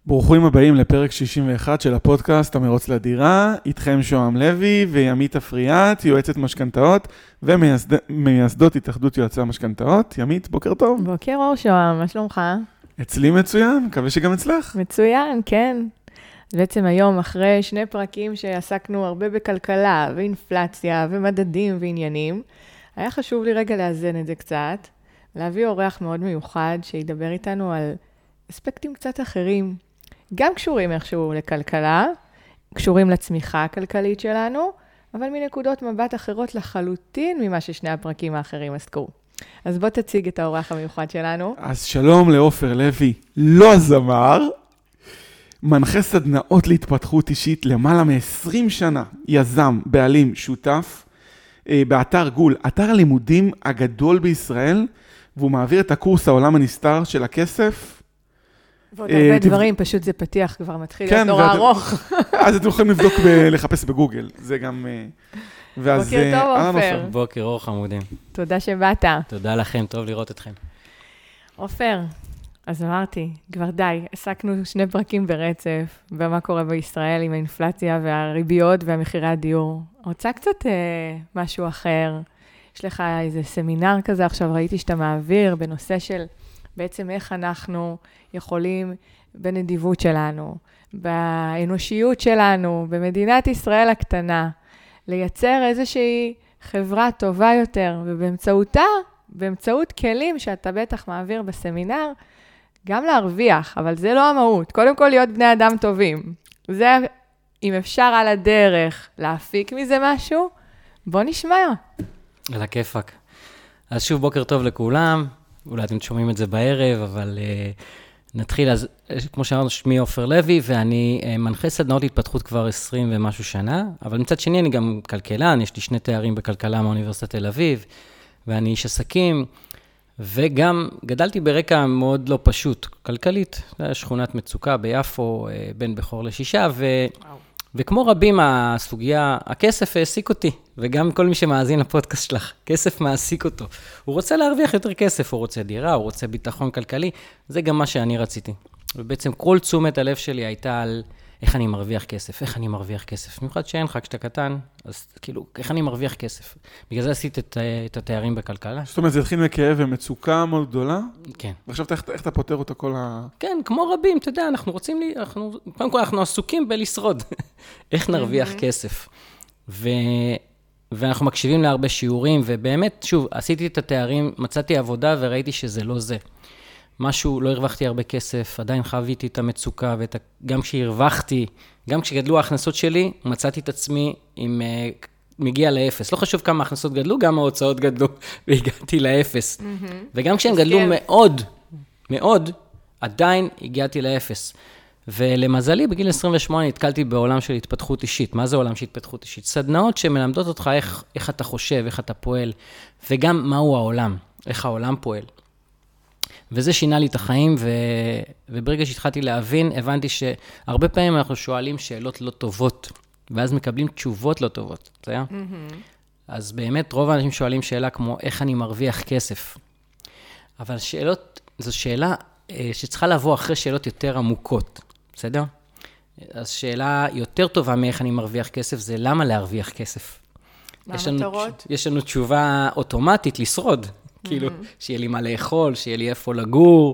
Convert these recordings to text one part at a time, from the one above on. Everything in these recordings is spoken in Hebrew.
ברוכים הבאים לפרק 61 של הפודקאסט המרוץ לדירה, איתכם שוהם לוי וימית אפריאט, יועצת משכנתאות ומייסדות התאחדות יועצי המשכנתאות. ימית, בוקר טוב. בוקר אור שוהם, מה שלומך? אצלי מצוין, מקווה שגם אצלך. מצוין, כן. בעצם היום, אחרי שני פרקים שעסקנו הרבה בכלכלה ואינפלציה ומדדים ועניינים, היה חשוב לי רגע לאזן את זה קצת, להביא אורח מאוד מיוחד שידבר איתנו על אספקטים קצת אחרים, גם קשורים איכשהו לכלכלה, קשורים לצמיחה הכלכלית שלנו, אבל מנקודות מבט אחרות לחלוטין ממה ששני הפרקים האחרים עסקו. אז בוא תציג את האורח המיוחד שלנו. אז שלום לעופר לוי, לא הזמר, מנחה סדנאות להתפתחות אישית למעלה מ-20 שנה, יזם, בעלים, שותף, באתר גול, אתר הלימודים הגדול בישראל, והוא מעביר את הקורס העולם הנסתר של הכסף. ועוד הרבה דברים, פשוט זה פתיח כבר מתחיל להיות נורא ארוך. אז אתם יכולים לבדוק לחפש בגוגל, זה גם... בוקר טוב, עופר. בוקר אור חמודים. תודה שבאת. תודה לכם, טוב לראות אתכם. עופר, אז אמרתי, כבר די, עסקנו שני פרקים ברצף, ומה קורה בישראל עם האינפלציה והריביות והמחירי הדיור. רוצה קצת משהו אחר? יש לך איזה סמינר כזה, עכשיו ראיתי שאתה מעביר בנושא של בעצם איך אנחנו יכולים בנדיבות שלנו, באנושיות שלנו, במדינת ישראל הקטנה, לייצר איזושהי חברה טובה יותר, ובאמצעותה, באמצעות כלים שאתה בטח מעביר בסמינר, גם להרוויח, אבל זה לא המהות. קודם כל להיות בני אדם טובים. זה, אם אפשר על הדרך להפיק מזה משהו, בוא נשמע. על הכיפק. אז שוב בוקר טוב לכולם, אולי אתם שומעים את זה בערב, אבל נתחיל. אז כמו שאמרנו, שמי עופר לוי, ואני מנחה סדנאות להתפתחות כבר 20 ומשהו שנה, אבל מצד שני אני גם כלכלן, יש לי 2 תארים בכלכלה מאוניברסיטת תל אביב, ואני איש עסקים, וגם גדלתי ברקע מאוד לא פשוט, כלכלית, שכונת מצוקה ביפו, בן בכור ל6, וכמו רבים הסוגיה, הכסף העסיק אותי, וגם כל מי שמאזין לפודקאסט שלך, כסף מעסיק אותו. הוא רוצה להרוויח יותר כסף, הוא רוצה דירה, הוא רוצה ביטחון כלכלי, זה גם מה שאני רציתי. ובעצם כל תשומת הלב שלי הייתה על איך אני מרוויח כסף, איך אני מרוויח כסף. במיוחד שאין לך כשאתה קטן, אז כאילו, איך אני מרוויח כסף. בגלל זה עשית את התארים בכלכלה. זאת אומרת, זה התחיל מכאב ומצוקה מאוד גדולה? כן. ועכשיו איך אתה פותר אותה כל כן, כמו רבים, אתה יודע, אנחנו רוצים קודם כל אנחנו עסוקים בלשרוד. איך נרוויח כסף. ואנחנו מקשיבים להרבה שיעורים, ובאמת, שוב, עשיתי את התארים, מצאתי עבודה וראיתי שזה לא זה. משהו, לא הרווחתי הרבה כסף, עדיין חוויתי את המצוקה, גם כשהרווחתי, גם כשגדלו ההכנסות שלי, מצאתי את עצמי עם מגיע לאפס. לא חשוב כמה ההכנסות גדלו, גם ההוצאות גדלו, והגעתי לאפס. וגם כשהם גדלו מאוד, מאוד, עדיין הגעתי לאפס. ולמזלי, בגיל 28 התקלתי בעולם של התפתחות אישית. מה זה עולם של התפתחות אישית? סדנאות שמלמדות אותך איך אתה חושב, איך אתה פועל, וגם מהו העולם, איך העולם פועל. וזה שינה לי את החיים, וברגע שהתחלתי להבין, הבנתי שהרבה פעמים אנחנו שואלים שאלות לא טובות, ואז מקבלים תשובות לא טובות, זה היה? אז באמת רוב האנשים שואלים שאלה כמו, איך אני מרוויח כסף? אבל זו שאלה שצריכה לבוא אחרי שאלות יותר עמוקות, בסדר? אז שאלה יותר טובה מאיך אני מרוויח כסף, זה למה להרוויח כסף? מה המטרות? יש לנו תשובה אוטומטית לשרוד, כאילו, שיהיה לי מה לאכול, שיהיה לי איפה לגור.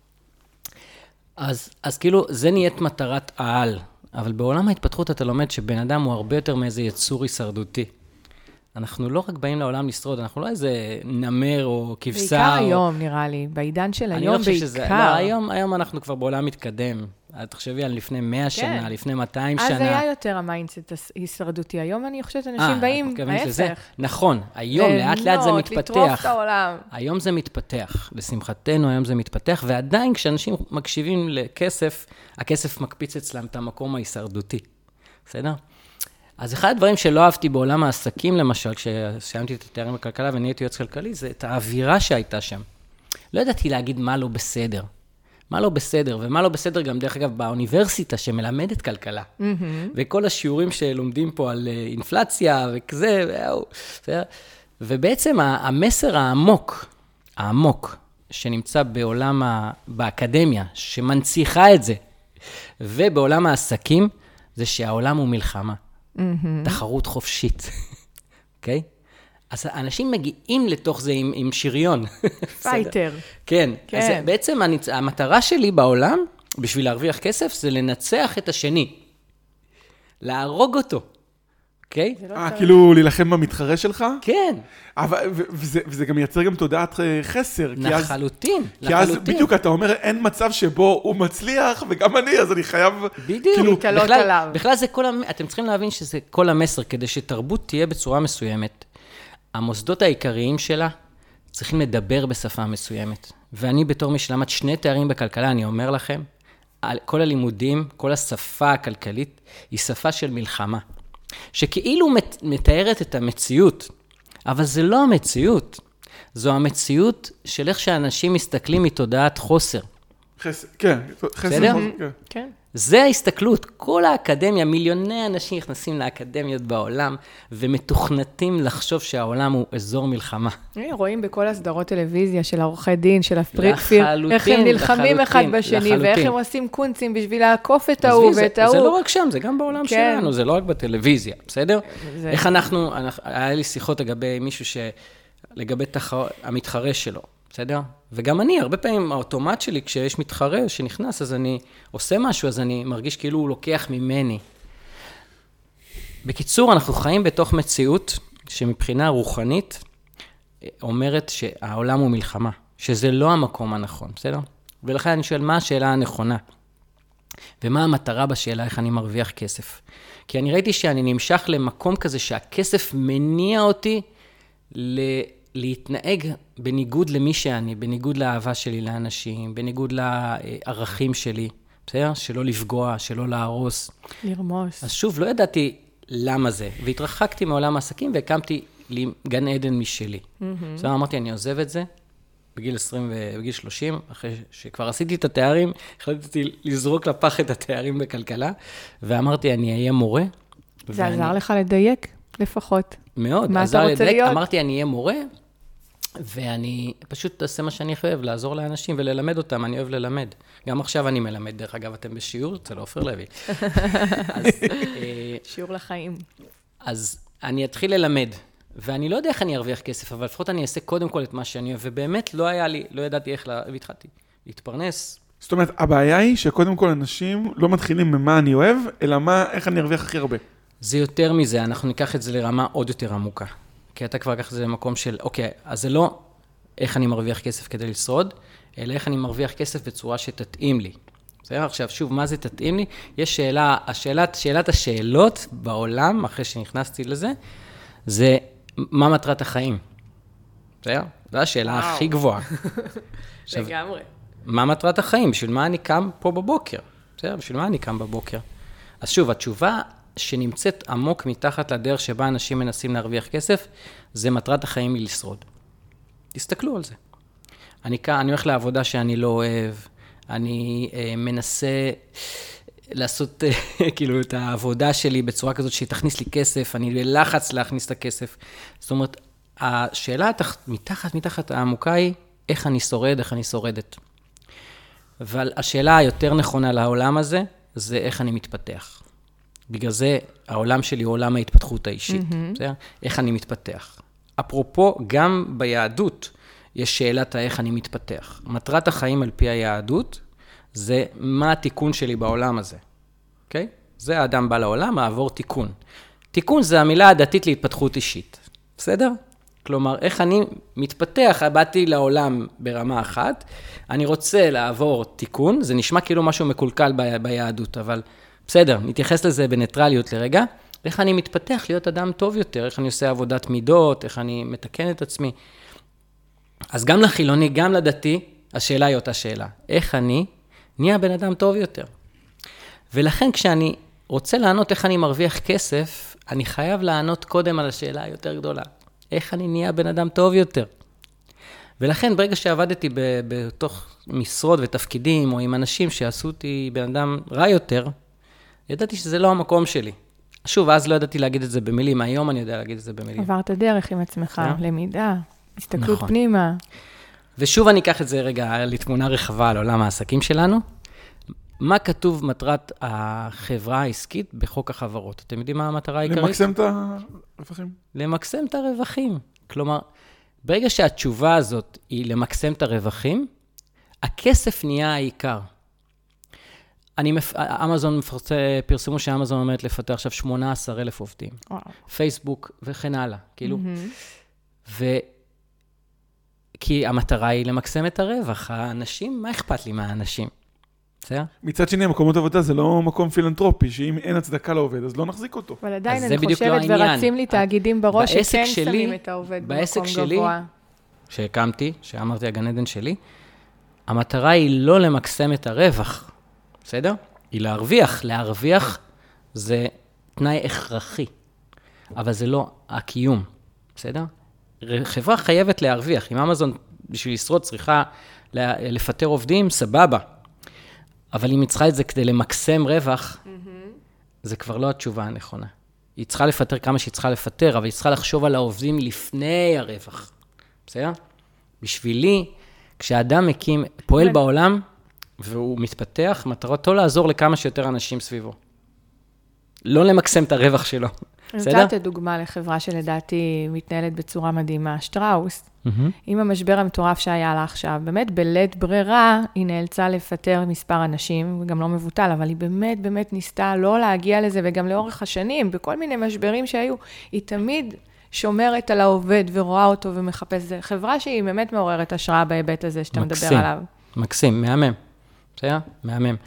אז כאילו, זה נהיית מטרת העל. אבל בעולם ההתפתחות אתה לומד שבן אדם הוא הרבה יותר מאיזה יצור הישרדותי. אנחנו לא רק באים לעולם לשרוד, אנחנו לא איזה נמר או כבשה. בעיקר היום, נראה לי. בעידן של היום, בעיקר. היום אנחנו כבר בעולם מתקדם. תחשבי על לפני 100 שנה, לפני 200 שנה. אז היה יותר המיינדסט הישרדותי. היום אני חושבת שאנשים באים ההפך. נכון, היום לאט לאט זה מתפתח. לטרוף את העולם. היום זה מתפתח, לשמחתנו היום זה מתפתח, ועדיין כשאנשים מקשיבים לכסף, הכסף מקפיץ אצלם את המקום ההישרדותי. בסדר? אז אחד הדברים שלא אהבתי בעולם העסקים, למשל, כשסיימתי את התארים בכלכלה ונהייתי יועץ כלכלי, זה את האווירה שהייתה שם. לא ידעתי להגיד מה לא בסדר. מה לא בסדר, ומה לא בסדר גם דרך אגב באוניברסיטה שמלמדת כלכלה. וכל השיעורים שלומדים פה על אינפלציה וכזה, ובעצם המסר העמוק שנמצא בעולם, באקדמיה, שמנציחה את זה, ובעולם העסקים, זה שהעולם הוא מלחמה. תחרות חופשית. אוקיי? אז האנשים מגיעים לתוך זה עם שריון. פייטר. כן. אז בעצם המטרה שלי בעולם, בשביל להרוויח כסף, זה לנצח את השני. להרוג אותו. אוקיי? כאילו להילחם במתחרה שלך? כן. וזה גם מייצר גם תודעת חסר. לחלוטין. כי אז בדיוק אתה אומר, אין מצב שבו הוא מצליח, וגם אני, אז אני חייב... בדיוק. להתעלות עליו. בכלל זה אתם צריכים להבין שזה כל המסר, כדי שתרבות תהיה בצורה מסוימת. המוסדות העיקריים שלה צריכים לדבר בשפה מסוימת. ואני בתור מי שלמד 2 תארים בכלכלה, אני אומר לכם, כל הלימודים, כל השפה הכלכלית, היא שפה של מלחמה. שכאילו מתארת את המציאות, אבל זה לא המציאות. זו המציאות של איך שאנשים מסתכלים מתודעת חוסר. חסר, כן. בסדר? כן. זה ההסתכלות. כל האקדמיה, מיליוני אנשים נכנסים לאקדמיות בעולם, ומתוכנתים לחשוב שהעולם הוא אזור מלחמה. רואים בכל הסדרות טלוויזיה של עורכי דין, של הפריקפיר, איך הם נלחמים אחד בשני, ואיך הם עושים קונצים בשביל לעקוף את ההוא ואת ההוא. זה לא רק שם, זה גם בעולם שלנו, זה לא רק בטלוויזיה, בסדר? איך אנחנו, היה לי שיחות לגבי מישהו לגבי המתחרה שלו. בסדר? וגם אני, הרבה פעמים האוטומט שלי, כשיש מתחרה שנכנס, אז אני עושה משהו, אז אני מרגיש כאילו הוא לוקח ממני. בקיצור, אנחנו חיים בתוך מציאות שמבחינה רוחנית אומרת שהעולם הוא מלחמה, שזה לא המקום הנכון, בסדר? ולכן אני שואל, מה השאלה הנכונה? ומה המטרה בשאלה איך אני מרוויח כסף? כי אני ראיתי שאני נמשך למקום כזה שהכסף מניע אותי להתנהג בניגוד למי שאני, בניגוד לאהבה שלי לאנשים, בניגוד לערכים שלי, בסדר? שלא לפגוע, שלא להרוס. לרמוס. אז שוב, לא ידעתי למה זה, והתרחקתי מעולם העסקים והקמתי לי גן עדן משלי. בסדר, אמרתי, אני עוזב את זה בגיל 20 ובגיל 30, אחרי שכבר עשיתי את התארים, החלטתי לזרוק לפח את התארים בכלכלה, ואמרתי, אני אהיה מורה. זה עזר לך לדייק, לפחות. מאוד, עזר לדייק, אמרתי, אני אהיה מורה, ואני פשוט אעשה מה שאני חייב, לעזור לאנשים וללמד אותם, אני אוהב ללמד. גם עכשיו אני מלמד, דרך אגב, אתם בשיעור, זה לא עופר לוי. שיעור לחיים. אז אני אתחיל ללמד, ואני לא יודע איך אני ארוויח כסף, אבל לפחות אני אעשה קודם כל את מה שאני אוהב, ובאמת לא היה לי, לא ידעתי איך והתחלתי להתפרנס. זאת אומרת, הבעיה היא שקודם כל אנשים לא מתחילים ממה אני אוהב, אלא איך אני ארוויח הכי הרבה. זה יותר מזה, אנחנו ניקח את זה לרמה עוד יותר עמוקה. כי אתה כבר לקח את זה למקום של, אוקיי, אז זה לא איך אני מרוויח כסף כדי לשרוד, אלא איך אני מרוויח כסף בצורה שתתאים לי. בסדר? עכשיו, שוב, מה זה תתאים לי? יש שאלת השאלות בעולם, אחרי שנכנסתי לזה, זה מה מטרת החיים. בסדר? זו השאלה הכי גבוהה. לגמרי. מה מטרת החיים? בשביל מה אני קם פה בבוקר? בסדר? בשביל מה אני קם בבוקר? אז שוב, התשובה שנמצאת עמוק מתחת לדרך שבה אנשים מנסים להרוויח כסף, זה מטרת החיים היא לשרוד. תסתכלו על זה. אני הולך לעבודה שאני לא אוהב, אני מנסה לעשות כאילו את העבודה שלי בצורה כזאת שתכניס לי כסף, אני בלחץ להכניס את הכסף. זאת אומרת, השאלה מתחת העמוקה היא, איך אני שורד, איך אני שורדת. אבל השאלה היותר נכונה לעולם הזה, זה איך אני מתפתח. בגלל זה העולם שלי הוא עולם ההתפתחות האישית. בסדר? איך אני מתפתח. אפרופו, גם ביהדות יש שאלת איך אני מתפתח. מטרת החיים על פי היהדות, זה מה התיקון שלי בעולם הזה. אוקיי? זה האדם בא לעולם, לעבור תיקון. תיקון זה המילה הדתית להתפתחות אישית. בסדר? כלומר, איך אני מתפתח, באתי לעולם ברמה אחת, אני רוצה לעבור תיקון, זה נשמע כאילו משהו מקולקל ביהדות, אבל בסדר, נתייחס לזה בניטרליות לרגע, איך אני מתפתח להיות אדם טוב יותר, איך אני עושה עבודת מידות, איך אני מתקן את עצמי. אז גם לחילוני, גם לדתי, השאלה היא אותה שאלה. איך אני נהיה בן אדם טוב יותר? ולכן כשאני רוצה לענות איך אני מרוויח כסף, אני חייב לענות קודם על השאלה היותר גדולה. איך אני נהיה בן אדם טוב יותר? ולכן ברגע שעבדתי בתוך משרות ותפקידים, או עם אנשים שעשו אותי בן אדם רע יותר, ידעתי שזה לא המקום שלי. שוב, אז לא ידעתי להגיד את זה במילים, היום אני יודע להגיד את זה במילים. עברת דרך עם עצמך, למידה, הסתכלות פנימה. ושוב אני אקח את זה רגע לתמונה רחבה על עולם העסקים שלנו. מה כתוב מטרת החברה העסקית בחוק החברות? אתם יודעים מה המטרה העיקרית? למקסם את הרווחים. למקסם את הרווחים. כלומר, ברגע שהתשובה הזאת היא למקסם את הרווחים, הכסף נהיה העיקר. אמזון פרסמו שאמזון עומדת לפתח עכשיו 18,000 עובדים. פייסבוק וכן הלאה, כאילו. כי המטרה היא למקסם את הרווח. האנשים, מה אכפת לי מהאנשים? בסדר? מצד שני, מקומות עבודה זה לא מקום פילנטרופי, שאם אין הצדקה לעובד, אז לא נחזיק אותו. אבל עדיין אני חושבת ורצים לי תאגידים בראש שכן שמים את העובד במקום גבוה. שהקמתי, שאמרתי הגן עדן שלי, המטרה היא לא למקסם את הרווח, בסדר? היא להרוויח. להרוויח זה תנאי הכרחי, אבל זה לא הקיום, בסדר? חברה חייבת להרוויח. אם אמזון בשביל לשרוד צריכה לפטר עובדים, סבבה. אבל אם היא צריכה את זה כדי למקסם רווח, זה כבר לא התשובה הנכונה. היא צריכה לפטר כמה שהיא צריכה לפטר, אבל היא צריכה לחשוב על העובדים לפני הרווח. בסדר? בשבילי, כשאדם פועל בעולם, והוא מתפתח, מטרתו לעזור לכמה שיותר אנשים סביבו. לא למקסם את הרווח שלו. אני רוצה לתת דוגמה לחברה שלדעתי מתנהלת בצורה מדהימה, שטראוס. עם המשבר המטורף שהיה לה עכשיו, באמת בלית ברירה, היא נאלצה לפטר מספר אנשים, וגם לא מבוטל, אבל היא באמת ניסתה לא להגיע לזה, וגם לאורך השנים, בכל מיני משברים שהיו, היא תמיד שומרת על העובד ורואה אותו ומחפש. זה חברה שהיא באמת מעוררת השראה בהיבט הזה שאתה מדבר עליו. מקסים, מהמם. בסדר? מהמם.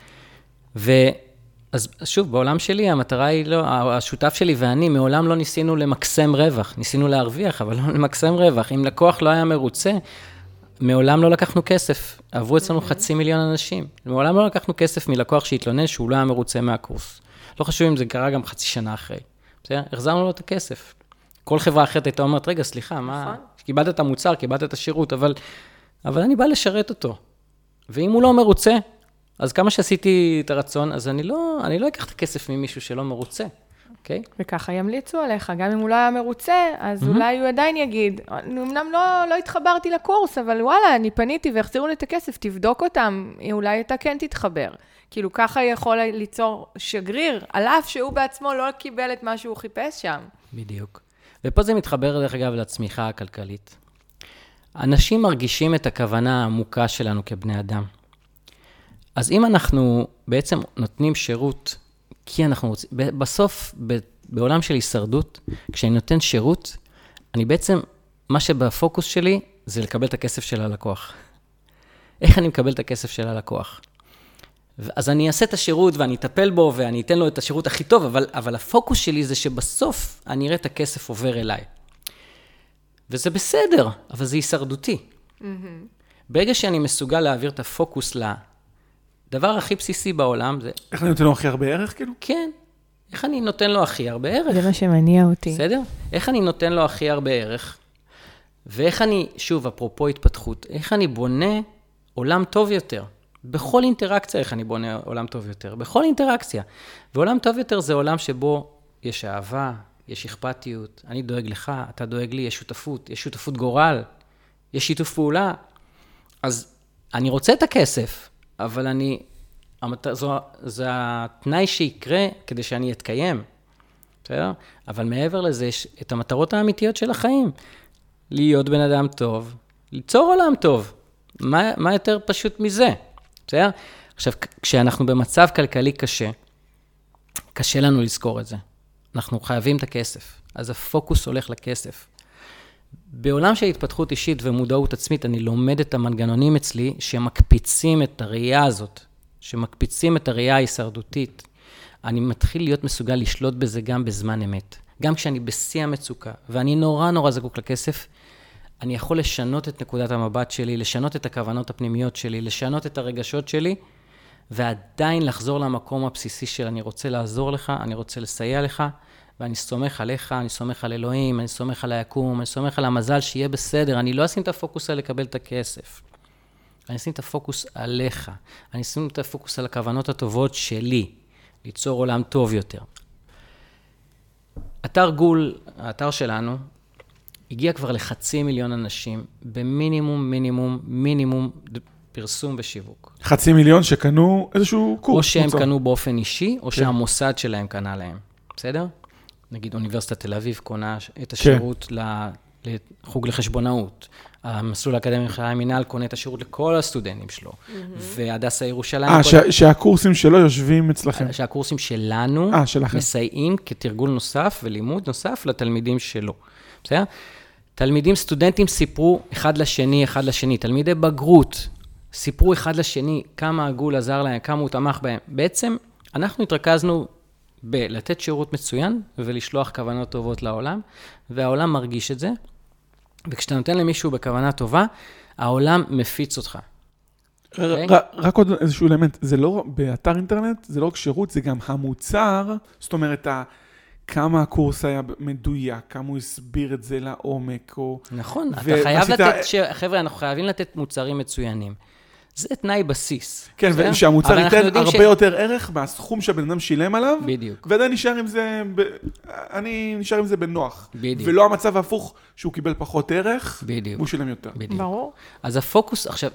אז שוב, בעולם שלי, המטרה היא לא, השותף שלי ואני, מעולם לא ניסינו למקסם רווח, ניסינו להרוויח, אבל לא למקסם רווח. אם לקוח לא היה מרוצה, מעולם לא לקחנו כסף. עברו אצלנו 500,000 אנשים. מעולם לא לקחנו כסף מלקוח שהתלונן שהוא לא היה מרוצה מהקורס. לא חשוב אם זה קרה גם חצי שנה אחרי. בסדר? החזרנו לו את הכסף. כל חברה אחרת הייתה אומרת, רגע, סליחה, מה? קיבלת את המוצר, קיבלת את השירות, אבל אני בא לשרת אותו. ואם הוא לא מרוצה, אז כמה שעשיתי את הרצון, אז אני לא אקח את הכסף ממישהו שלא מרוצה, אוקיי? וככה ימליצו עליך, גם אם הוא לא היה מרוצה, אז אולי הוא עדיין יגיד, אמנם לא התחברתי לקורס, אבל וואלה, אני פניתי והחזירו לי את הכסף, תבדוק אותם, אולי אתה כן תתחבר. כאילו ככה יכול ליצור שגריר, על אף שהוא בעצמו לא קיבל את מה שהוא חיפש שם. בדיוק. ופה זה מתחבר, דרך אגב, לצמיחה הכלכלית. אנשים מרגישים את הכוונה העמוקה שלנו כבני אדם. אז אם אנחנו בעצם נותנים שירות, כי אנחנו רוצים, בסוף, בעולם של הישרדות, כשאני נותן שירות, אני בעצם, מה שבפוקוס שלי, זה לקבל את הכסף של הלקוח. איך אני מקבל את הכסף של הלקוח? אז אני אעשה את השירות ואני אטפל בו, ואני אתן לו את השירות הכי טוב, אבל הפוקוס שלי זה שבסוף אני אראה את הכסף עובר אליי. וזה בסדר, אבל זה הישרדותי. ברגע שאני מסוגל להעביר את הפוקוס לדבר הכי בסיסי בעולם, זה... איך אני נותן לו הכי הרבה ערך, כאילו? כן. איך אני נותן לו הכי הרבה ערך? זה מה שמניע אותי. בסדר? איך אני נותן לו הכי הרבה ערך? ואיך אני, שוב, אפרופו התפתחות, איך אני בונה עולם טוב יותר? בכל אינטראקציה, איך אני בונה עולם טוב יותר? בכל אינטראקציה. ועולם טוב יותר זה עולם שבו יש אהבה, יש אכפתיות, אני דואג לך, אתה דואג לי, יש שותפות גורל, יש שיתוף פעולה. אז אני רוצה את הכסף, אבל זה התנאי שיקרה כדי שאני אתקיים. בסדר? אבל מעבר לזה, יש את המטרות האמיתיות של החיים. להיות בן אדם טוב, ליצור עולם טוב. מה יותר פשוט מזה? בסדר? עכשיו, כשאנחנו במצב כלכלי קשה לנו לזכור את זה. אנחנו חייבים את הכסף. אז הפוקוס הולך לכסף. בעולם של התפתחות אישית ומודעות עצמית, אני לומד את המנגנונים אצלי שמקפיצים את הראייה הזאת, שמקפיצים את הראייה ההישרדותית. אני מתחיל להיות מסוגל לשלוט בזה גם בזמן אמת. גם כשאני בשיא המצוקה, ואני נורא זקוק לכסף, אני יכול לשנות את נקודת המבט שלי, לשנות את הכוונות הפנימיות שלי, לשנות את הרגשות שלי, ועדיין לחזור למקום הבסיסי של אני רוצה לעזור לך, אני רוצה לסייע לך, ואני סומך עליך, אני סומך על אלוהים, אני סומך על היקום, אני סומך על המזל שיהיה בסדר, אני לא אשים את הפוקוס על לקבל את הכסף. אני אשים את הפוקוס עליך, אני אשים את הפוקוס על הכוונות הטובות שלי, ליצור עולם טוב יותר. אתר גול, האתר שלנו, הגיע כבר ל500,000 אנשים, במינימום, פרסום ושיווק. 500,000 שקנו איזשהו קורס. או שהם קנו באופן אישי, או שהמוסד שלהם קנה להם. בסדר? נגיד, אוניברסיטת תל אביב קונה את השירות לחוג לחשבונאות. המסלול האקדמי לחיי מינהל קונה את השירות לכל הסטודנטים שלו. והדסה ירושלים... שהקורסים שלו יושבים אצלכם. שהקורסים שלנו מסייעים כתרגול נוסף ולימוד נוסף לתלמידים שלו. בסדר? תלמידים, סטודנטים סיפרו אחד לשני, תלמידי בגרות סיפרו אחד לשני כמה הגול עזר להם, כמה הוא תמך בהם. בעצם אנחנו התרכזנו בלתת שירות מצוין ולשלוח כוונות טובות לעולם, והעולם מרגיש את זה, וכשאתה נותן למישהו בכוונה טובה, העולם מפיץ אותך. רק עוד איזשהו אלמנט, זה לא באתר אינטרנט, זה לא רק שירות, זה גם המוצר, זאת אומרת, כמה הקורס היה מדויק, כמה הוא הסביר את זה לעומק. נכון, אתה חייב לתת, חבר'ה, אנחנו חייבים לתת מוצרים מצוינים. זה תנאי בסיס. כן, ושהמוצר ייתן הרבה יותר ערך מהסכום שהבן אדם שילם עליו. בדיוק. ועדיין אני נשאר עם זה בנוח. בדיוק. ולא המצב ההפוך שהוא קיבל פחות ערך, בדיוק. והוא שילם יותר. בדיוק. ברור. אז הפוקוס, עכשיו,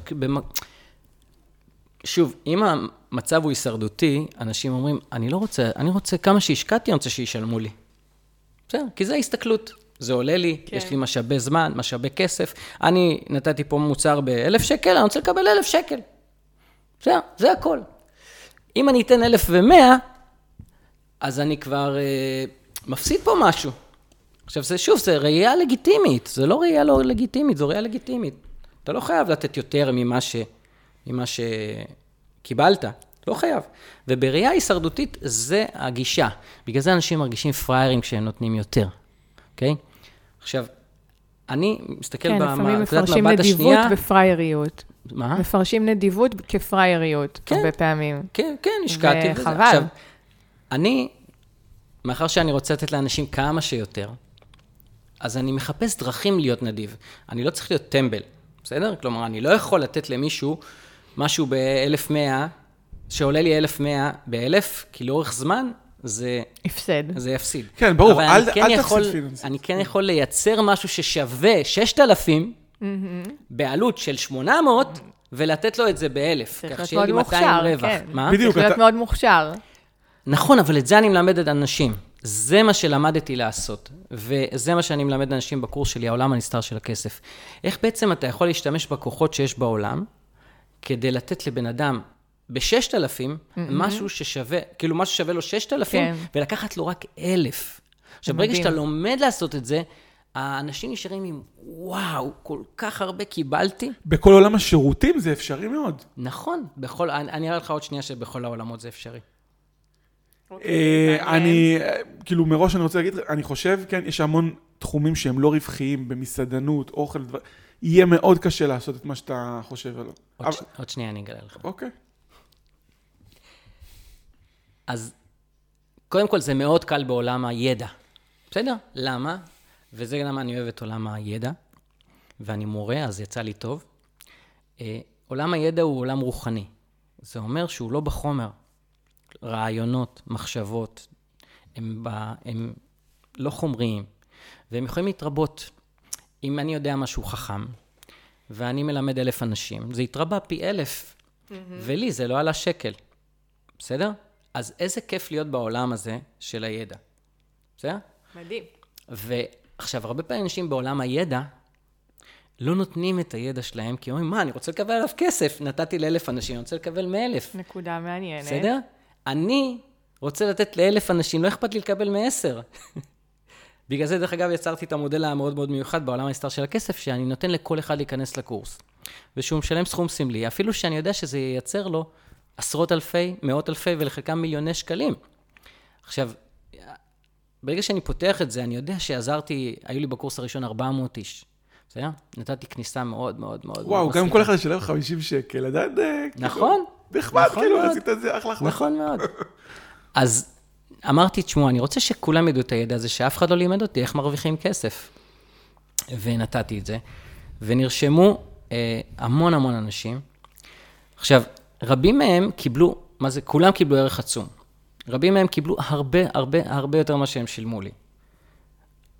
שוב, אם המצב הוא הישרדותי, אנשים אומרים, אני רוצה כמה שהשקעתי, אני רוצה שישלמו לי. בסדר, כי זה ההסתכלות. זה עולה לי, כן. יש לי משאבי זמן, משאבי כסף. אני נתתי פה מוצר ב1,000 שקל, אני רוצה לקבל 1,000 שקל. בסדר, זה הכל. אם אני אתן 1,100, אז אני כבר מפסיד פה משהו. עכשיו, זה ראייה לגיטימית. זה לא ראייה לא לגיטימית, זו ראייה לגיטימית. אתה לא חייב לתת יותר ממה שקיבלת. לא חייב. ובראייה הישרדותית זה הגישה. בגלל זה אנשים מרגישים פריירים כשהם נותנים יותר. אוקיי? עכשיו, אני מסתכל כן, לפעמים מפרשים נדיבות ופרייריות. מה? מפרשים נדיבות כפרייריות, הרבה פעמים. כן, השקעתי בזה. וחבל. עכשיו, מאחר שאני רוצה לתת לאנשים כמה שיותר, אז אני מחפש דרכים להיות נדיב. אני לא צריך להיות טמבל, בסדר? כלומר, אני לא יכול לתת למישהו משהו ב-1,100, שעולה לי 1,100 ב-1,000, כי לאורך זמן זה... הפסד. זה יפסיד. כן, ברור, אל תפסיד פיננסית. אני כן יכול לייצר משהו ששווה 6,000, בעלות של 800, ולתת לו את זה ב-1,000. צריך להיות מאוד מוכשר, כן. מה? צריך להיות מאוד מוכשר. נכון, אבל את זה אני מלמד את אנשים. זה מה שלמדתי לעשות, וזה מה שאני מלמד אנשים בקורס שלי, העולם הנסתר של הכסף. איך בעצם אתה יכול להשתמש בכוחות שיש בעולם, כדי לתת לבן אדם ב-6,000, משהו ששווה, כאילו משהו שווה לו 6,000, ולקחת לו רק 1,000. עכשיו, ברגע שאתה לומד לעשות את זה, האנשים נשארים עם, וואו, כל כך הרבה קיבלתי. בכל עולם השירותים זה אפשרי מאוד. נכון, אני אראה לך עוד שנייה שבכל העולמות זה אפשרי. אני, כאילו מראש אני רוצה להגיד, אני חושב, כן, יש המון תחומים שהם לא רווחיים, במסעדנות, אוכל, יהיה מאוד קשה לעשות את מה שאתה חושב עליו. עוד שנייה אני אגלה לך. אוקיי. אז קודם כל זה מאוד קל בעולם הידע. בסדר? למה? וזה למה אני אוהב את עולם הידע, ואני מורה, אז יצא לי טוב. עולם הידע הוא עולם רוחני. זה אומר שהוא לא בחומר. רעיונות, מחשבות, הם לא חומריים, והם יכולים להתרבות. אם אני יודע משהו חכם, ואני מלמד 1,000 אנשים, זה יתרבה פי 1,000, ולי זה לא עלה שקל. בסדר? אז איזה כיף להיות בעולם הזה של הידע. בסדר? מדהים. ועכשיו, הרבה פעמים אנשים בעולם הידע, לא נותנים את הידע שלהם, כי אומרים, מה, אני רוצה לקבל עליו כסף, נתתי ל1,000 אנשים, אני רוצה לקבל 100,000. נקודה מעניינת. בסדר? אני רוצה לתת ל1,000 אנשים, לא אכפת לי לקבל מ10. בגלל זה, דרך אגב, יצרתי את המודל המאוד מאוד מיוחד בעולם הנסתר של הכסף, שאני נותן לכל אחד להיכנס לקורס. ושהוא משלם סכום סמלי, אפילו שאני יודע שזה ייצר לו עשרות אלפי, מאות אלפי, ולחלקם מיליוני שקלים. עכשיו, ברגע שאני פותח את זה, אני יודע שעזרתי, היו לי בקורס הראשון 400 איש. בסדר? נתתי כניסה מאוד מאוד מאוד. וואו, גם כל אחד ישלם 50 שקל, עדיין... נכון. נחמד, כאילו, עשית את זה, אחלה. נכון מאוד. אז אמרתי, תשמעו, אני רוצה שכולם ידעו את הידע הזה, שאף אחד לא לימד אותי איך מרוויחים כסף. ונתתי את זה. ונרשמו המון המון אנשים. עכשיו, רבים מהם קיבלו, מה זה? כולם קיבלו ערך עצום. רבים מהם קיבלו הרבה הרבה הרבה יותר מה שהם שילמו לי. אז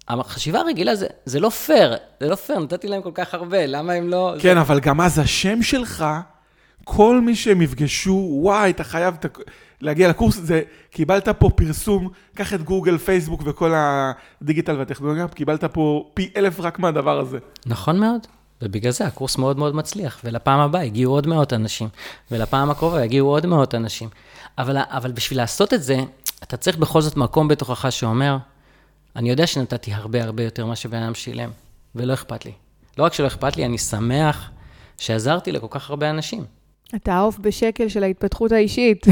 החשיבה הרגילה זה לא פייר, זה לא פייר, נתתי להם כל כך הרבה, למה הם לא... כן, אבל גם אז השם שלך, כל מי שהם יפגשו, וואי, אתה חייב להגיע לקורס, זה, קיבלת פה פרסום, קח את גוגל, פייסבוק וכל הדיגיטל והטכנולוגיה, קיבלת פה פי 1000 רק מהדבר הזה. נכון מאוד, ובגלל זה הקורס מאוד מאוד מצליח, ולפעם הבאה הגיעו עוד מאות אנשים, ולפעם הקרובה הגיעו עוד מאות אנשים. אבל בשביל לעשות את זה, אתה צריך בכל זאת מקום בתוכך שאומר, אני יודע שנתתי הרבה הרבה יותר מה שבן אדם שילם, ולא אכפת לי. לא רק שלא אכפת לי, אני שמח שעזרתי לכל כך הרבה אנשים. אתה העוף בשקל של ההתפתחות האישית.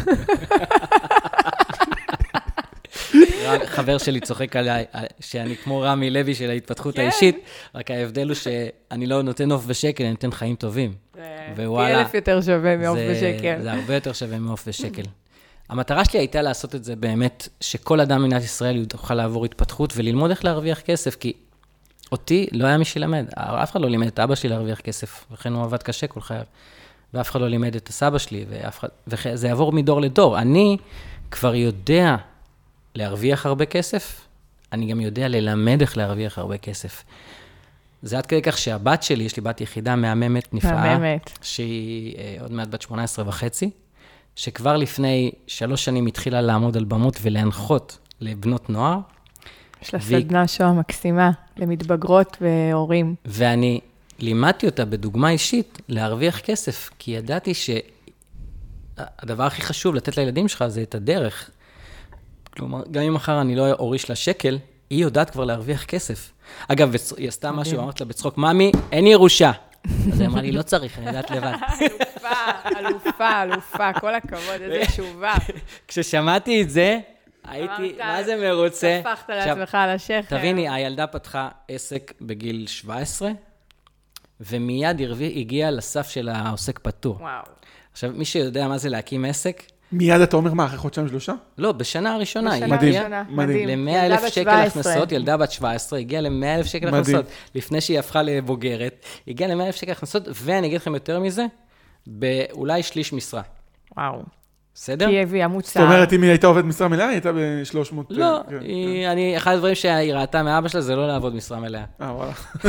חבר שלי צוחק עליי, שאני כמו רמי לוי של ההתפתחות האישית, רק ההבדל הוא שאני לא נותן עוף בשקל, אני נותן חיים טובים. ווואלה. 1000 יותר שווה מעוף בשקל. זה הרבה יותר שווה מעוף בשקל. המטרה שלי הייתה לעשות את זה באמת, שכל אדם במדינת ישראל יוכל לעבור התפתחות וללמוד איך להרוויח כסף, כי אותי לא היה מי שילמד. אף אחד לא לימד את אבא שלי להרוויח כסף, וכן הוא עבד קשה כל חייו. ואף אחד לא לימד את הסבא שלי, וזה יעבור מדור לדור. אני כבר יודע להרוויח הרבה כסף, אני גם יודע ללמד איך להרוויח הרבה כסף. זה עד כדי כך שהבת שלי, יש לי בת יחידה מהממת נפלאה, שהיא עוד מעט בת 18 וחצי, שכבר לפני 3 שנים התחילה לעמוד על במות ולהנחות לבנות נוער. יש לה סדנה שואה מקסימה למתבגרות והורים. ואני לימדתי אותה בדוגמה אישית להרוויח כסף, כי ידעתי שהדבר הכי חשוב לתת לילדים שלך זה את הדרך. כלומר, גם אם מחר אני לא אוריש לה שקל, היא יודעת כבר להרוויח כסף. אגב, היא עשתה משהו, אמרת לה בצחוק, ממי, אין ירושה. אז היא אמרה לי, לא צריך, אני יודעת לבד. אלופה, כל הכבוד, איזה תשובה. כששמעתי את זה, הייתי, מה זה מרוצה? הפכת לעצמך על השכר. תביני, הילדה פתחה עסק בגיל 17, ומיד הגיעה לסף של העוסק פטור. וואו. עכשיו, מי שיודע מה זה להקים עסק, מיד אתה אומר מה, אחרי חודשיים 3? לא, בשנה הראשונה. מדהים. ל100,000 שקל הכנסות, ילדה בת 17, הגיעה ל100,000 שקל הכנסות. לפני שהיא הפכה לבוגרת, הגיעה ל100,000 שקל הכנסות, ואני אגיד לכם יותר מזה, באולי שליש משרה. וואו. בסדר? כי הביאה מוצר. זאת אומרת, אם היא הייתה עובדת משרה מלאה, היא הייתה ב-300... לא, אחד הדברים שהיא ראתה מאבא שלה, זה לא לעבוד משרה מלאה. וואלה.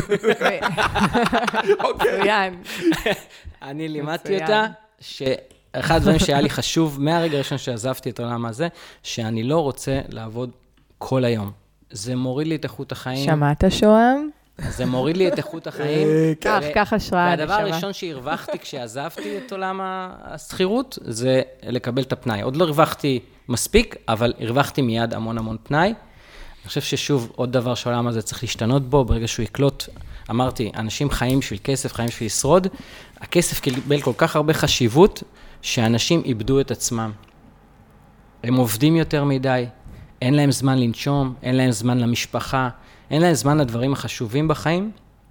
מצוין. אני לימדתי אותה, אחד הדברים שהיה לי חשוב, מהרגע הראשון שעזבתי את העולם הזה, שאני לא רוצה לעבוד כל היום. זה מוריד לי את איכות החיים. שמעת שוהם? זה מוריד לי את איכות החיים. כך השראה. והדבר הראשון שהרווחתי כשעזבתי את עולם השכירות, זה לקבל את הפנאי. עוד לא הרווחתי מספיק, אבל הרווחתי מיד המון המון פנאי. אני חושב ששוב, עוד דבר שהעולם הזה צריך להשתנות בו, ברגע שהוא יקלוט, אמרתי, אנשים חיים בשביל כסף, חיים בשביל לשרוד, הכסף קיבל כל כך הרבה חשיבות, שאנשים איבדו את עצמם. הם עובדים יותר מדי, אין להם זמן לנשום, אין להם זמן למשפחה, אין להם זמן לדברים החשובים בחיים.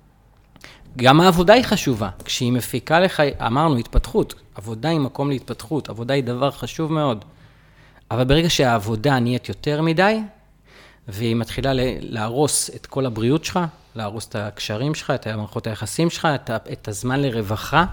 גם העבודה היא חשובה. כשהיא מפיקה לך, אמרנו, התפתחות. עבודה היא מקום להתפתחות, עבודה היא דבר חשוב מאוד. אבל ברגע שהעבודה נהיית יותר מדי, והיא מתחילה להרוס את כל הבריאות שלך, להרוס את הקשרים שלך, את המערכות היחסים שלך, את הזמן לרווחה,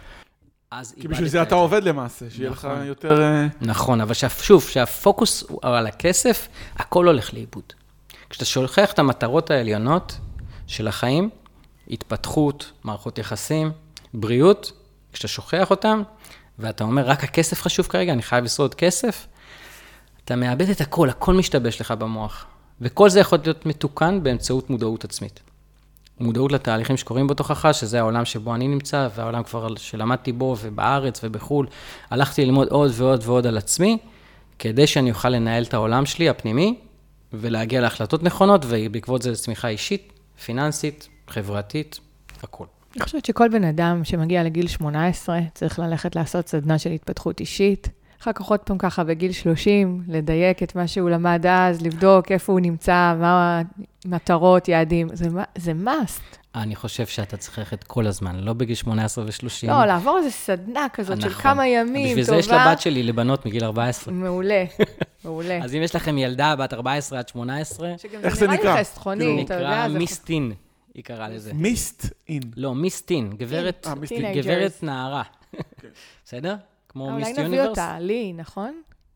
כי בשביל זה אתה עובד למעשה, שיהיה לך יותר... נכון, אבל שוב, שהפוקוס הוא על הכסף, הכל הולך לאיבוד. כשאתה שולחך את המטרות העליונות של החיים, התפתחות, מערכות יחסים, בריאות, כשאתה שוכח אותם, ואתה אומר, רק הכסף חשוב כרגע, אני חייב לשרוד כסף, אתה מאבד את הכל, הכל משתבש לך במוח. וכל זה יכול להיות מתוקן באמצעות מודעות עצמית. מודעות לתהליכים שקורים בתוכך, שזה העולם שבו אני נמצא, והעולם כבר שלמדתי בו, ובארץ ובחול, הלכתי ללמוד עוד ועוד ועוד על עצמי, כדי שאני אוכל לנהל את העולם שלי, הפנימי, ולהגיע להחלטות נכונות, ובעקבות זה צמיחה אישית, פיננסית, חברתית, הכל. אני חושבת שכל בן אדם שמגיע לגיל 18, צריך ללכת לעשות סדנה של התפתחות אישית, אחר כך עוד פעם ככה בגיל 30, לדייק את מה שהוא למד אז, לבדוק איפה הוא נמצא, מה המטרות, יעדים, זה must. אני חושב שאתה צריך ללכת כל הזמן, לא בגיל 18 ו-30. לא, לעבור איזו סדנה כזאת של כמה ימים, טובה. בשביל זה יש לבת שלי לבנות מגיל 14. מעולה, מעולה. אז אם יש לכם ילדה בת 14 עד 18, איך זה נקרא? חסכוני, אתה יודע. נקרא מיסטין, היא קראה לזה. מיסט-אין. לא, מיסטין, גברת נערה. בסדר? כמו מיסט יוניברס. אולי נביא אותה, לי, נכון?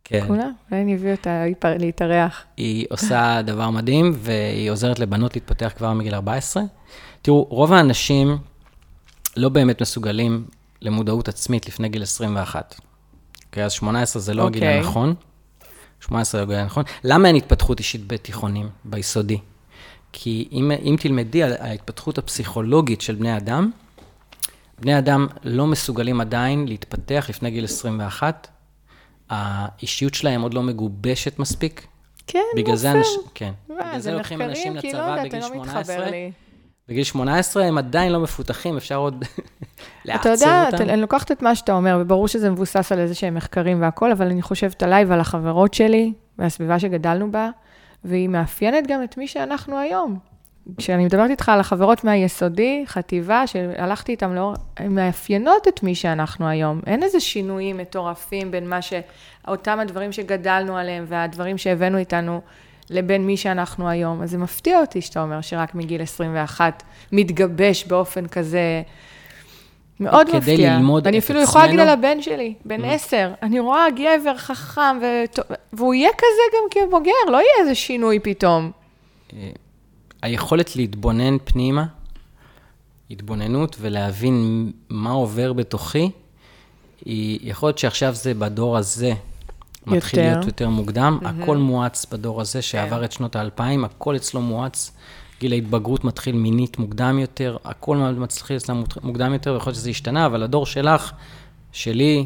כן. כולה? ואני הביא אותה להתארח. היא עושה דבר מדהים, והיא עוזרת לבנות להתפתח כבר מגיל 14. תראו, רוב האנשים לא באמת מסוגלים למודעות עצמית לפני גיל 21. אוקיי, אז 18 זה לא הגיל הנכון. 18 זה הגיל הנכון. למה אין התפתחות אישית בתיכונים, ביסודי? כי אם תלמדי על ההתפתחות הפסיכולוגית של בני אדם לא מסוגלים עדיין להתפתח לפני גיל 21, האישיות שלהם עוד לא מגובשת מספיק. כן, בגלל זה כן. בגלל זה לוקחים אנשים לצבא בגיל 18. לי. בגיל 18 הם עדיין לא מפותחים, אפשר עוד לעצב אתה יודע, אותם. אני לוקחת את מה שאתה אומר, וברור שזה מבוסס על איזה שהם מחקרים והכל, אבל אני חושבת עליי ועל החברות שלי, והסביבה שגדלנו בה, והיא מאפיינת גם את מי שאנחנו היום. כשאני מדברת איתך על החברות מהיסודי, חטיבה, שהלכתי איתם לאור, הן מאפיינות את מי שאנחנו היום. אין איזה שינויים מטורפים בין אותם הדברים שגדלנו עליהם, והדברים שהבאנו איתנו לבין מי שאנחנו היום. אז זה מפתיע אותי שאתה אומר שרק מגיל 21 מתגבש באופן כזה מאוד מפתיע. כדי ללמוד את עצמנו. אני אפילו יכולה להגיד על הבן שלי, בן 10. אני רואה גבר חכם, והוא יהיה כזה גם כבוגר, לא יהיה איזה שינוי פתאום. היכולת להתבונן פנימה, התבוננות ולהבין מה עובר בתוכי, יכול להיות שעכשיו זה בדור הזה, מתחיל להיות יותר מוקדם, הכל מואץ בדור הזה שעבר את שנות ה-2000, הכל אצלו מואץ, גיל ההתבגרות מתחיל מינית מוקדם יותר, הכל מתחיל אצלם מוקדם יותר, ויכול להיות שזה השתנה, אבל הדור שלך, שלי,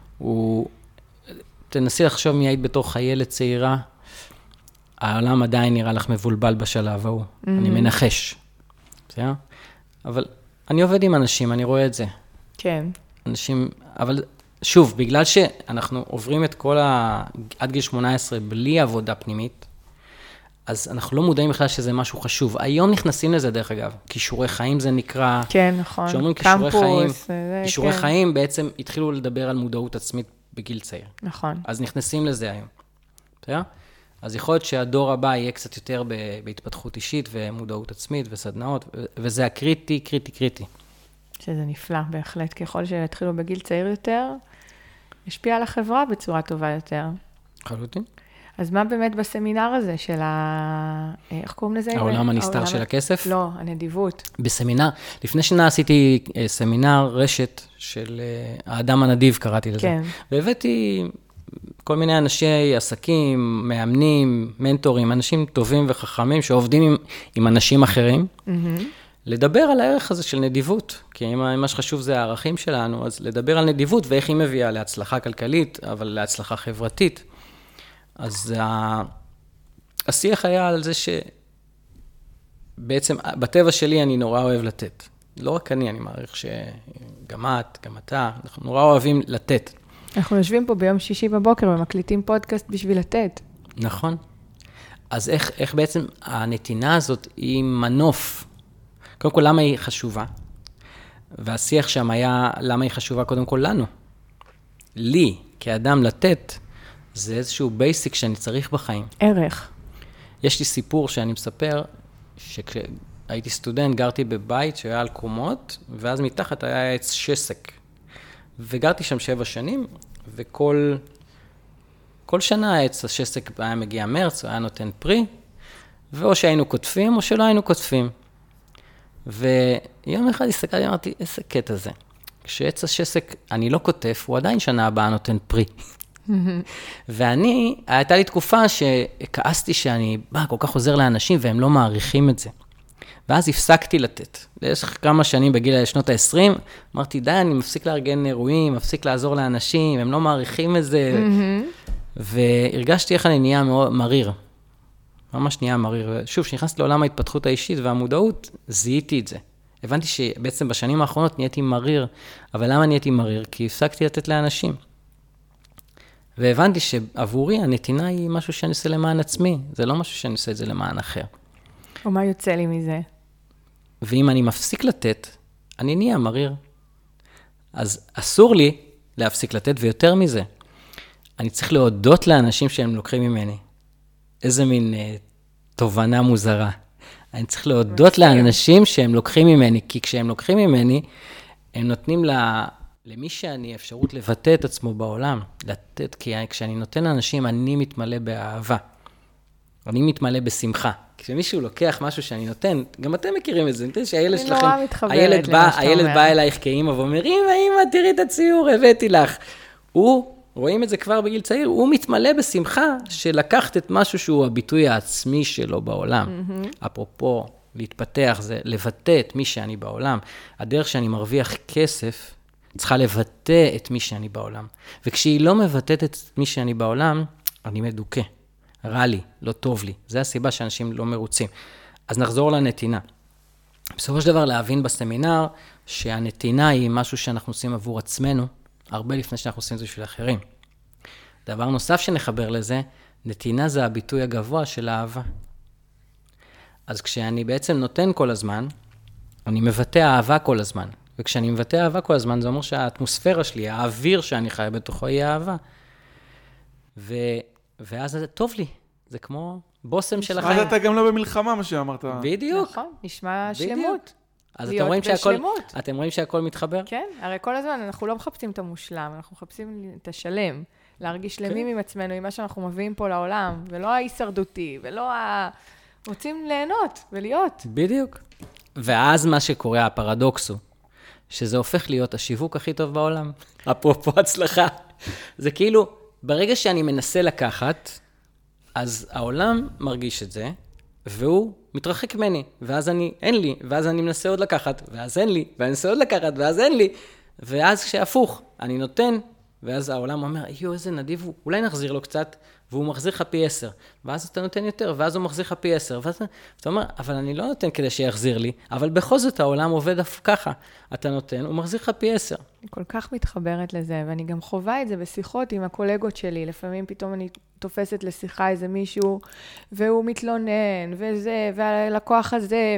תנסי לחשוב מי היית בתור חיילת צעירה, העולם עדיין נראה לך מבולבל בשלב ההוא, אני מנחש, בסדר? אבל אני עובד עם אנשים, אני רואה את זה. כן. אנשים, אבל שוב, בגלל שאנחנו עוברים את עד גיל 18 בלי עבודה פנימית, אז אנחנו לא מודעים בכלל שזה משהו חשוב. היום נכנסים לזה דרך אגב, כישורי חיים זה נקרא. כן, נכון. כשאומרים כישורי חיים, כישורי חיים בעצם התחילו לדבר על מודעות עצמית בגיל צעיר. נכון. אז נכנסים לזה היום. בסדר? אז יכול להיות שהדור הבא יהיה קצת יותר בהתפתחות אישית ומודעות עצמית וסדנאות, וזה הקריטי, קריטי. שזה נפלא, בהחלט. ככל שיתחילו בגיל צעיר יותר, ישפיע על החברה בצורה טובה יותר. חלוטין. אז מה באמת בסמינר הזה של איך קוראים לזה? העולם הנסתר של הכסף? לא, הנדיבות. בסמינר, לפני שנה עשיתי סמינר רשת של האדם הנדיב, קראתי לזה. כן. והבאתי כל מיני אנשי עסקים, מאמנים, מנטורים, אנשים טובים וחכמים שעובדים עם אנשים אחרים, לדבר על הערך הזה של נדיבות, כי מה שחשוב זה הערכים שלנו, אז לדבר על נדיבות ואיך היא מביאה להצלחה כלכלית, אבל להצלחה חברתית. אז השיח היה על זה שבעצם בטבע שלי אני נורא אוהב לתת. לא רק אני מעריך שגם את, גם אתה, אנחנו נורא אוהבים לתת. אנחנו יושבים פה ביום שישי בבוקר ומקליטים פודקאסט בשביל לתת. נכון. אז איך בעצם הנתינה הזאת היא מנוף? קודם כל, למה היא חשובה? והשיח שם היה, למה היא חשובה קודם כל לנו? לי, כאדם לתת, זה איזשהו בייסיק שאני צריך בחיים. ערך. יש לי סיפור שאני מספר, שכשהייתי סטודנט, גרתי בבית שהיה על קומות, ואז מתחת היה עץ שסק. וגרתי שם 7 שנים, וכל שנה העץ השסק היה מגיע מרץ, הוא היה נותן פרי, ואו שהיינו כותפים, או שלא היינו כותפים. ויום אחד הסתכלתי, אמרתי, איזה קטע זה. כשעץ השסק אני לא כותף, הוא עדיין שנה הבאה נותן פרי. ואני, הייתה לי תקופה שכעסתי שאני כל כך עוזר לאנשים, והם לא מעריכים את זה. ואז הפסקתי לתת. יש כמה שנים בגיל שנות ה-20, אמרתי, די, אני מפסיק לארגן אירועים, מפסיק לעזור לאנשים, הם לא מעריכים את זה. והרגשתי איך אני נהיה מאוד מריר. ממש נהיה מריר. שוב, כשנכנסתי לעולם ההתפתחות האישית והמודעות, זיהיתי את זה. הבנתי שבעצם בשנים האחרונות נהייתי מריר. אבל למה נהייתי מריר? כי הפסקתי לתת לאנשים. והבנתי שעבורי הנתינה היא משהו שאני עושה למען עצמי. זה לא משהו שאני עושה את זה למען אחר. או מה יוצא לי מזה? ואם אני מפסיק לתת, אני נהיה מריר. אז אסור לי להפסיק לתת, ויותר מזה, אני צריך להודות לאנשים שהם לוקחים ממני. איזה מין תובנה מוזרה. אני צריך להודות לאנשים שהם לוקחים ממני, כי כשהם לוקחים ממני, הם נותנים למי שאני אפשרות לבטא את עצמו בעולם, לתת, כי כשאני נותן לאנשים, אני מתמלא באהבה. אני מתמלא בשמחה. כשמישהו לוקח משהו שאני נותן, גם אתם מכירים את זה, נותן שהילד שלכם... אני נורא מתחברת למה שאתה אומר. הילד בא אלייך כאמא ואומר, אמא, תראי את הציור, הבאתי לך. רואים את זה כבר בגיל צעיר, הוא מתמלא בשמחה שלקחת את משהו שהוא הביטוי העצמי שלו בעולם. אפרופו, להתפתח זה לבטא את מי שאני בעולם. הדרך שאני מרוויח כסף, צריכה לבטא את מי שאני בעולם. וכשהיא לא מבטאת את מי שאני בעולם, אני מדוכא. רע לי, לא טוב לי. זה הסיבה שאנשים לא מרוצים. אז נחזור לנתינה. בסופו של דבר להבין בסמינר שהנתינה היא משהו שאנחנו עושים עבור עצמנו, הרבה לפני שאנחנו עושים את זה בשביל אחרים. דבר נוסף שנחבר לזה, נתינה זה הביטוי הגבוה של האהבה. אז כשאני בעצם נותן כל הזמן, אני מבטא אהבה כל הזמן. וכשאני מבטא אהבה כל הזמן, זה אומר שהאטמוספירה שלי, האוויר שאני חי בתוכו, היא אהבה. ואז זה טוב לי. זה כמו בוסם של החיים. אז אתה גם לא במלחמה, מה שאמרת. בדיוק. נכון, נשמע שלמות. אז אתם רואים שהכל מתחבר? כן, הרי כל הזמן אנחנו לא מחפשים את המושלם, אנחנו מחפשים את השלם, להרגיש שלמים עם עצמנו, עם מה שאנחנו מביאים פה לעולם, ולא ההישרדותי, ולא רוצים ליהנות ולהיות. בדיוק. ואז מה שקורה, הפרדוקס הוא, שזה הופך להיות השיווק הכי טוב בעולם. אפרופו הצלחה. זה כאילו, ברגע שאני מנסה לקחת, אז העולם מרגיש את זה, והוא מתרחק ממני, ואז אין לי, ואז אני מנסה עוד לקחת, ואז אין לי, ואני מנסה עוד לקחת, ואז אין לי, ואז כשהפוך, אני נותן, ואז העולם אומר, איזה נדיב הוא, אולי נחזיר לו קצת, והוא מחזיר לך פי 10, ואז אתה נותן יותר, ואז הוא מחזיר לך פי 10, ואז אתה אומר, אבל אני לא נותן כדי שיחזיר לי, אבל בכל זאת העולם עובד אף ככה, אתה נותן, הוא מחזיר לך פי 10. אני כל כך מתחברת לזה, ואני גם חווה את זה בשיחות עם הקולגות שלי, לפעמים פתאום אני תופסת לשיחה איזה מישהו, והוא מתלונן, וזה, והלקוח הזה,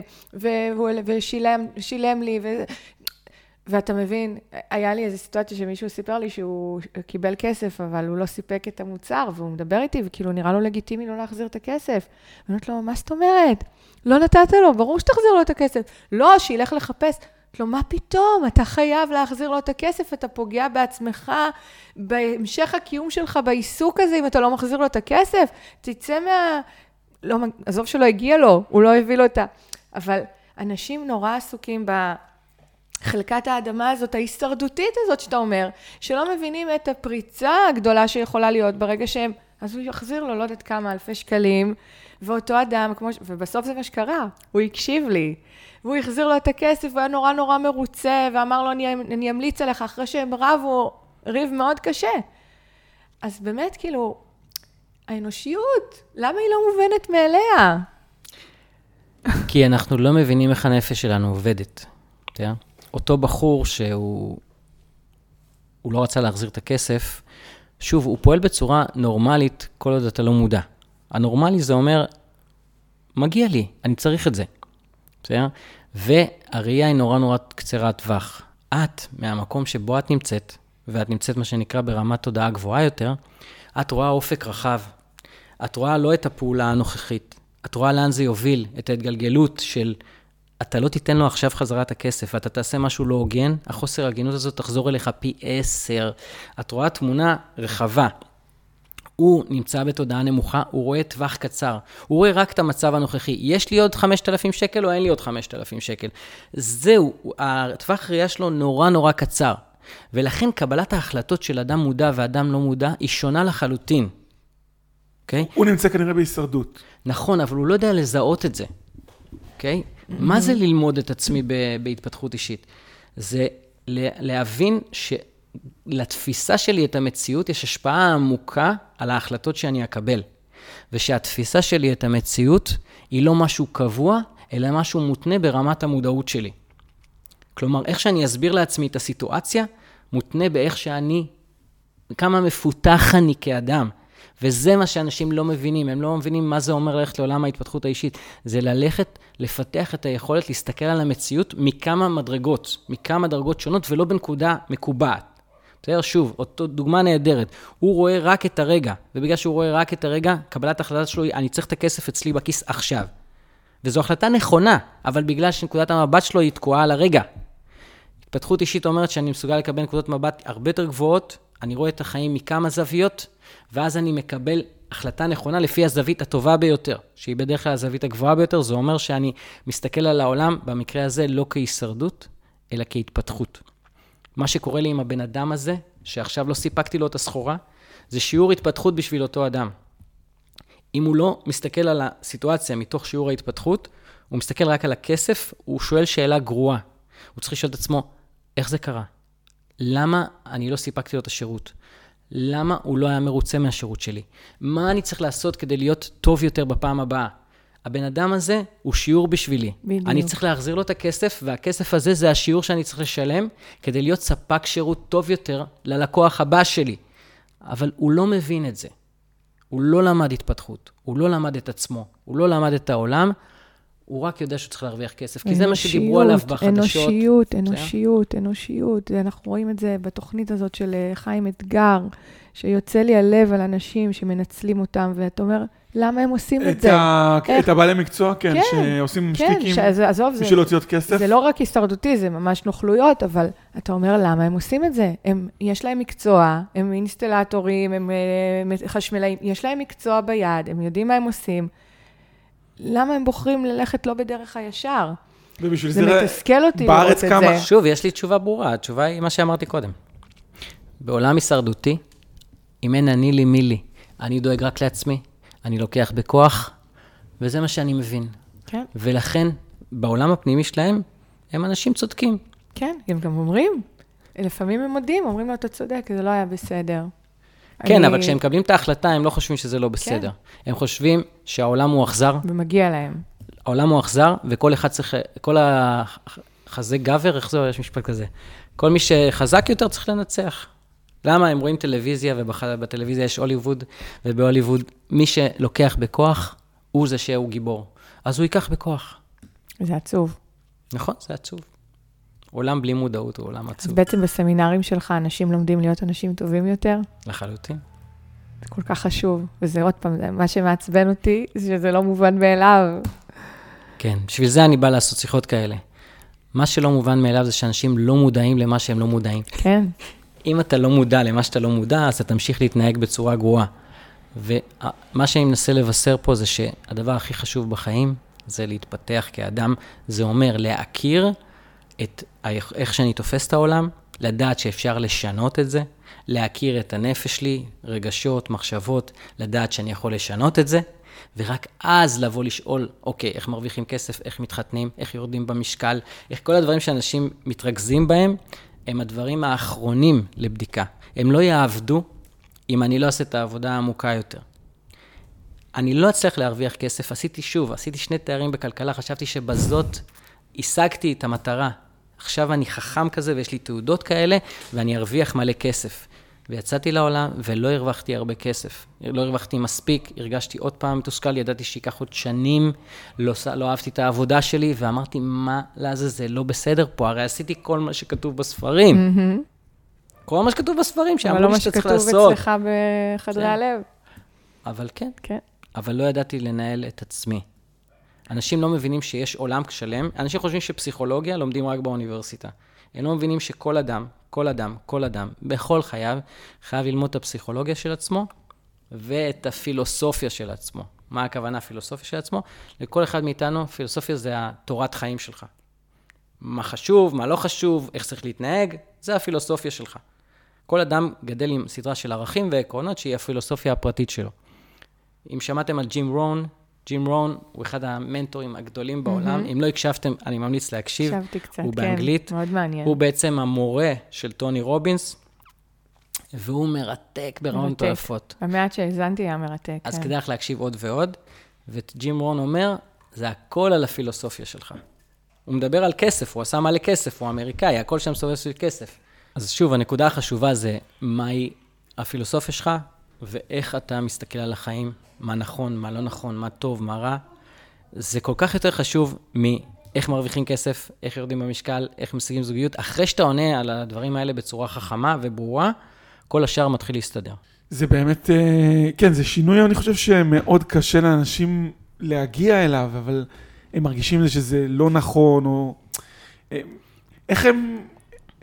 ושילם לי, ואתה מבין, היה לי איזו סיטואציה שמישהו סיפר לי שהוא קיבל כסף, אבל הוא לא סיפק את המוצר, והוא מדבר איתי, וכאילו נראה לו לגיטימי לא להחזיר את הכסף. ואני אומרת לו, מה זאת אומרת? לא נתת לו, ברור שתחזיר לו את הכסף. לא, שילך לחפש. לא, מה פתאום? אתה חייב להחזיר לו את הכסף, אתה פוגע בעצמך, בהמשך הקיום שלך, בעיסוק הזה, אם אתה לא מחזיר לו את הכסף, תצא לא, עזוב שלא הגיע לו, הוא לא הביא לו אבל אנשים נורא עסוקים חלקת האדמה הזאת, ההישרדותית הזאת שאתה אומר, שלא מבינים את הפריצה הגדולה שיכולה להיות ברגע שהם, אז הוא יחזיר לו לא יודעת כמה אלפי שקלים, ואותו אדם, ובסוף זה מה שקרה, הוא הקשיב לי, והוא החזיר לו את הכסף, והוא היה נורא נורא מרוצה, ואמר לו, אני אמליץ עליך, אחרי שהם רבו, ריב מאוד קשה. אז באמת, כאילו, האנושיות, למה היא לא מובנת מאליה? כי אנחנו לא מבינים איך הנפש שלנו עובדת. תראה? אותו בחור שהוא לא רצה להחזיר את הכסף, שוב, הוא פועל בצורה נורמלית, כל עוד אתה לא מודע. הנורמלי זה אומר, מגיע לי, אני צריך את זה. בסדר? והראייה היא נורא נורא קצרת טווח. את, מהמקום שבו את נמצאת, ואת נמצאת מה שנקרא ברמת תודעה גבוהה יותר, את רואה אופק רחב. את רואה לא את הפעולה הנוכחית. את רואה לאן זה יוביל, את ההתגלגלות של אתה לא תיתן לו עכשיו חזרת הכסף, אתה תעשה משהו לא הוגן, החוסר הגינות הזאת תחזור אליך פי 10. את רואה תמונה רחבה. הוא נמצא בתודעה נמוכה, הוא רואה טווח קצר. הוא רואה רק את המצב הנוכחי. יש לי עוד 5,000 שקל או אין לי עוד 5,000 שקל? זהו, הטווח ראייה שלו נורא נורא קצר. ולכן קבלת ההחלטות של אדם מודע ואדם לא מודע היא שונה לחלוטין. Okay? הוא נמצא כנראה בהישרדות. נכון, אבל הוא לא יודע לזהות את זה. אוקיי? מה זה ללמוד את עצמי בהתפתחות אישית? זה להבין שלתפיסה שלי את המציאות יש השפעה עמוקה על ההחלטות שאני אקבל. ושהתפיסה שלי את המציאות היא לא משהו קבוע, אלא משהו מותנה ברמת המודעות שלי. כלומר, איך שאני אסביר לעצמי את הסיטואציה, מותנה באיך שאני, כמה מפותח אני כאדם. וזה מה שאנשים לא מבינים, הם לא מבינים מה זה אומר ללכת לעולם ההתפתחות האישית, זה ללכת לפתח את היכולת להסתכל על המציאות מכמה מדרגות, מכמה דרגות שונות ולא בנקודה מקובעת. בסדר, שוב, אותו דוגמה נהדרת, הוא רואה רק את הרגע, ובגלל שהוא רואה רק את הרגע, קבלת ההחלטה שלו היא, אני צריך את הכסף אצלי בכיס עכשיו. וזו החלטה נכונה, אבל בגלל שנקודת המבט שלו היא תקועה על הרגע. התפתחות אישית אומרת שאני מסוגל לקבל נקודות מבט הרבה יותר גבוהות, אני רואה את החיים מכמה זוויות, ואז אני מקבל החלטה נכונה לפי הזווית הטובה ביותר, שהיא בדרך כלל הזווית הגבוהה ביותר, זה אומר שאני מסתכל על העולם, במקרה הזה לא כהישרדות, אלא כהתפתחות. מה שקורה לי עם הבן אדם הזה, שעכשיו לא סיפקתי לו את הסחורה, זה שיעור התפתחות בשביל אותו אדם. אם הוא לא מסתכל על הסיטואציה מתוך שיעור ההתפתחות, הוא מסתכל רק על הכסף, הוא שואל שאלה גרועה. הוא צריך לשאול את עצמו, איך זה קרה? למה אני לא סיפקתי לו את השירות? למה הוא לא היה מרוצה מהשירות שלי? מה אני צריך לעשות כדי להיות טוב יותר בפעם הבאה? הבן אדם הזה הוא שיעור בשבילי. בדיוק. אני צריך להחזיר לו את הכסף, והכסף הזה זה השיעור שאני צריך לשלם, כדי להיות ספק שירות טוב יותר ללקוח הבא שלי. אבל הוא לא מבין את זה. הוא לא למד התפתחות, הוא לא למד את עצמו, הוא לא למד את העולם, הוא רק יודע שהוא צריך להרוויח כסף, כי זה מה שדיברו עליו בחדשות. אנושיות. אנחנו רואים את זה בתוכנית הזאת של חיים אתגר, שיוצא לי הלב על אנשים שמנצלים אותם, ואתה אומר, למה הם עושים את זה? את הבעלי מקצוע, כן, שעושים שטיקים בשביל להוציא עוד כסף. זה לא רק הישרדותי, זה ממש נוכלויות, אבל אתה אומר, למה הם עושים את זה? יש להם מקצוע, הם אינסטלטורים, הם חשמלאים, יש להם מקצוע ביד, הם יודעים מה הם עושים. למה הם בוחרים ללכת לא בדרך הישר? זה מתסכל אותי לראות את זה. שוב, יש לי תשובה ברורה, התשובה היא מה שאמרתי קודם. בעולם הישרדותי, אם אין אני לי מי לי, אני דואג רק לעצמי, אני לוקח בכוח, וזה מה שאני מבין. כן. ולכן, בעולם הפנימי שלהם, הם אנשים צודקים. כן, הם גם אומרים. לפעמים הם מודים, אומרים לו, אתה צודק, זה לא היה בסדר. כן, אבל כשהם מקבלים את ההחלטה, הם לא חושבים שזה לא בסדר. הם חושבים שהעולם הוא אכזר. ומגיע להם. העולם הוא אכזר, וכל אחד צריך, כל החזה גבר, איך זה, יש משפט כזה. כל מי שחזק יותר צריך לנצח. למה? הם רואים טלוויזיה, ובטלוויזיה יש הוליווד, ובהוליווד מי שלוקח בכוח, הוא זה שהוא גיבור. אז הוא ייקח בכוח. זה עצוב. נכון, זה עצוב. עולם בלי מודעות הוא עולם עצוב. אז בעצם בסמינרים שלך אנשים לומדים להיות אנשים טובים יותר? לחלוטין. זה כל כך חשוב. וזה עוד פעם, מה שמעצבן אותי, זה שזה לא מובן מאליו. כן, בשביל זה אני בא לעשות שיחות כאלה. מה שלא מובן מאליו זה שאנשים לא מודעים למה שהם לא מודעים. כן. אם אתה לא מודע למה שאתה לא מודע, אז אתה תמשיך להתנהג בצורה גרועה. ומה שאני מנסה לבשר פה זה שהדבר הכי חשוב בחיים זה להתפתח כאדם. זה אומר להכיר איך שאני תופס את העולם, לדעת שאפשר לשנות את זה, להכיר את הנפש שלי, רגשות, מחשבות, לדעת שאני יכול לשנות את זה, ורק אז לבוא לשאול, אוקיי, איך מרוויחים כסף, איך מתחתנים, איך יורדים במשקל, איך כל הדברים שאנשים מתרכזים בהם, הם הדברים האחרונים לבדיקה. הם לא יעבדו אם אני לא אעשה את העבודה העמוקה יותר. אני לא אצליח להרוויח כסף, עשיתי 2 תארים בכלכלה, חשבתי שבזאת השגתי את המטרה. עכשיו אני חכם כזה ויש לי תעודות כאלה, ואני ארוויח מלא כסף. ויצאתי לעולם ולא הרווחתי הרבה כסף. לא הרווחתי מספיק, הרגשתי עוד פעם מתוסכל, ידעתי שיקח עוד שנים, לא אהבתי את העבודה שלי, ואמרתי, מה לעזאזל, לא בסדר פה, הרי עשיתי כל מה שכתוב בספרים. כל מה שכתוב בספרים, שאמרו לי שאתה צריך לעשות. אבל לא מה שכתוב אצלך בחדרי הלב. אבל כן. כן. אבל לא ידעתי לנהל את עצמי. אנשים לא מבינים שיש עולם שלם, אנשים חושבים שפסיכולוגיה לומדים רק באוניברסיטה. הם לא מבינים שכל אדם, בכל חייו, חייב ללמוד את הפסיכולוגיה של עצמו, ואת הפילוסופיה של עצמו. מה הכוונה הפילוסופיה של עצמו? לכל אחד מאיתנו, פילוסופיה זה התורת חיים שלך. מה חשוב, מה לא חשוב, איך צריך להתנהג, זה הפילוסופיה שלך. כל אדם גדל עם סדרה של ערכים ועקרונות, שהיא הפילוסופיה הפרטית שלו. אם שמעתם על ג'ים רון, ג'ים רון הוא אחד המנטורים הגדולים בעולם. אם לא הקשבתם, אני ממליץ להקשיב. הקשבתי קצת, הוא באנגלית. מאוד מעניין. הוא בעצם המורה של טוני רובינס, והוא מרתק ברמות מטורפות. במעט שהזנתי היה מרתק. אז כדאי לך להקשיב עוד ועוד, וג'ים רון אומר, זה הכל על הפילוסופיה שלך. הוא מדבר על כסף, הוא עשה מלא כסף, הוא אמריקאי, הכל שם סובב סביב כסף. אז שוב, הנקודה החשובה זה מהי הפילוסופיה שלך, ואיך אתה מסתכל על החיים, מה נכון, מה לא נכון, מה טוב, מה רע. זה כל כך יותר חשוב מאיך מרוויחים כסף, איך יורדים במשקל, איך משיגים זוגיות. אחרי שאתה עונה על הדברים האלה בצורה חכמה וברורה, כל השאר מתחיל להסתדר. זה באמת, כן, זה שינוי, אני חושב שמאוד קשה לאנשים להגיע אליו, אבל הם מרגישים שזה לא נכון, או איך הם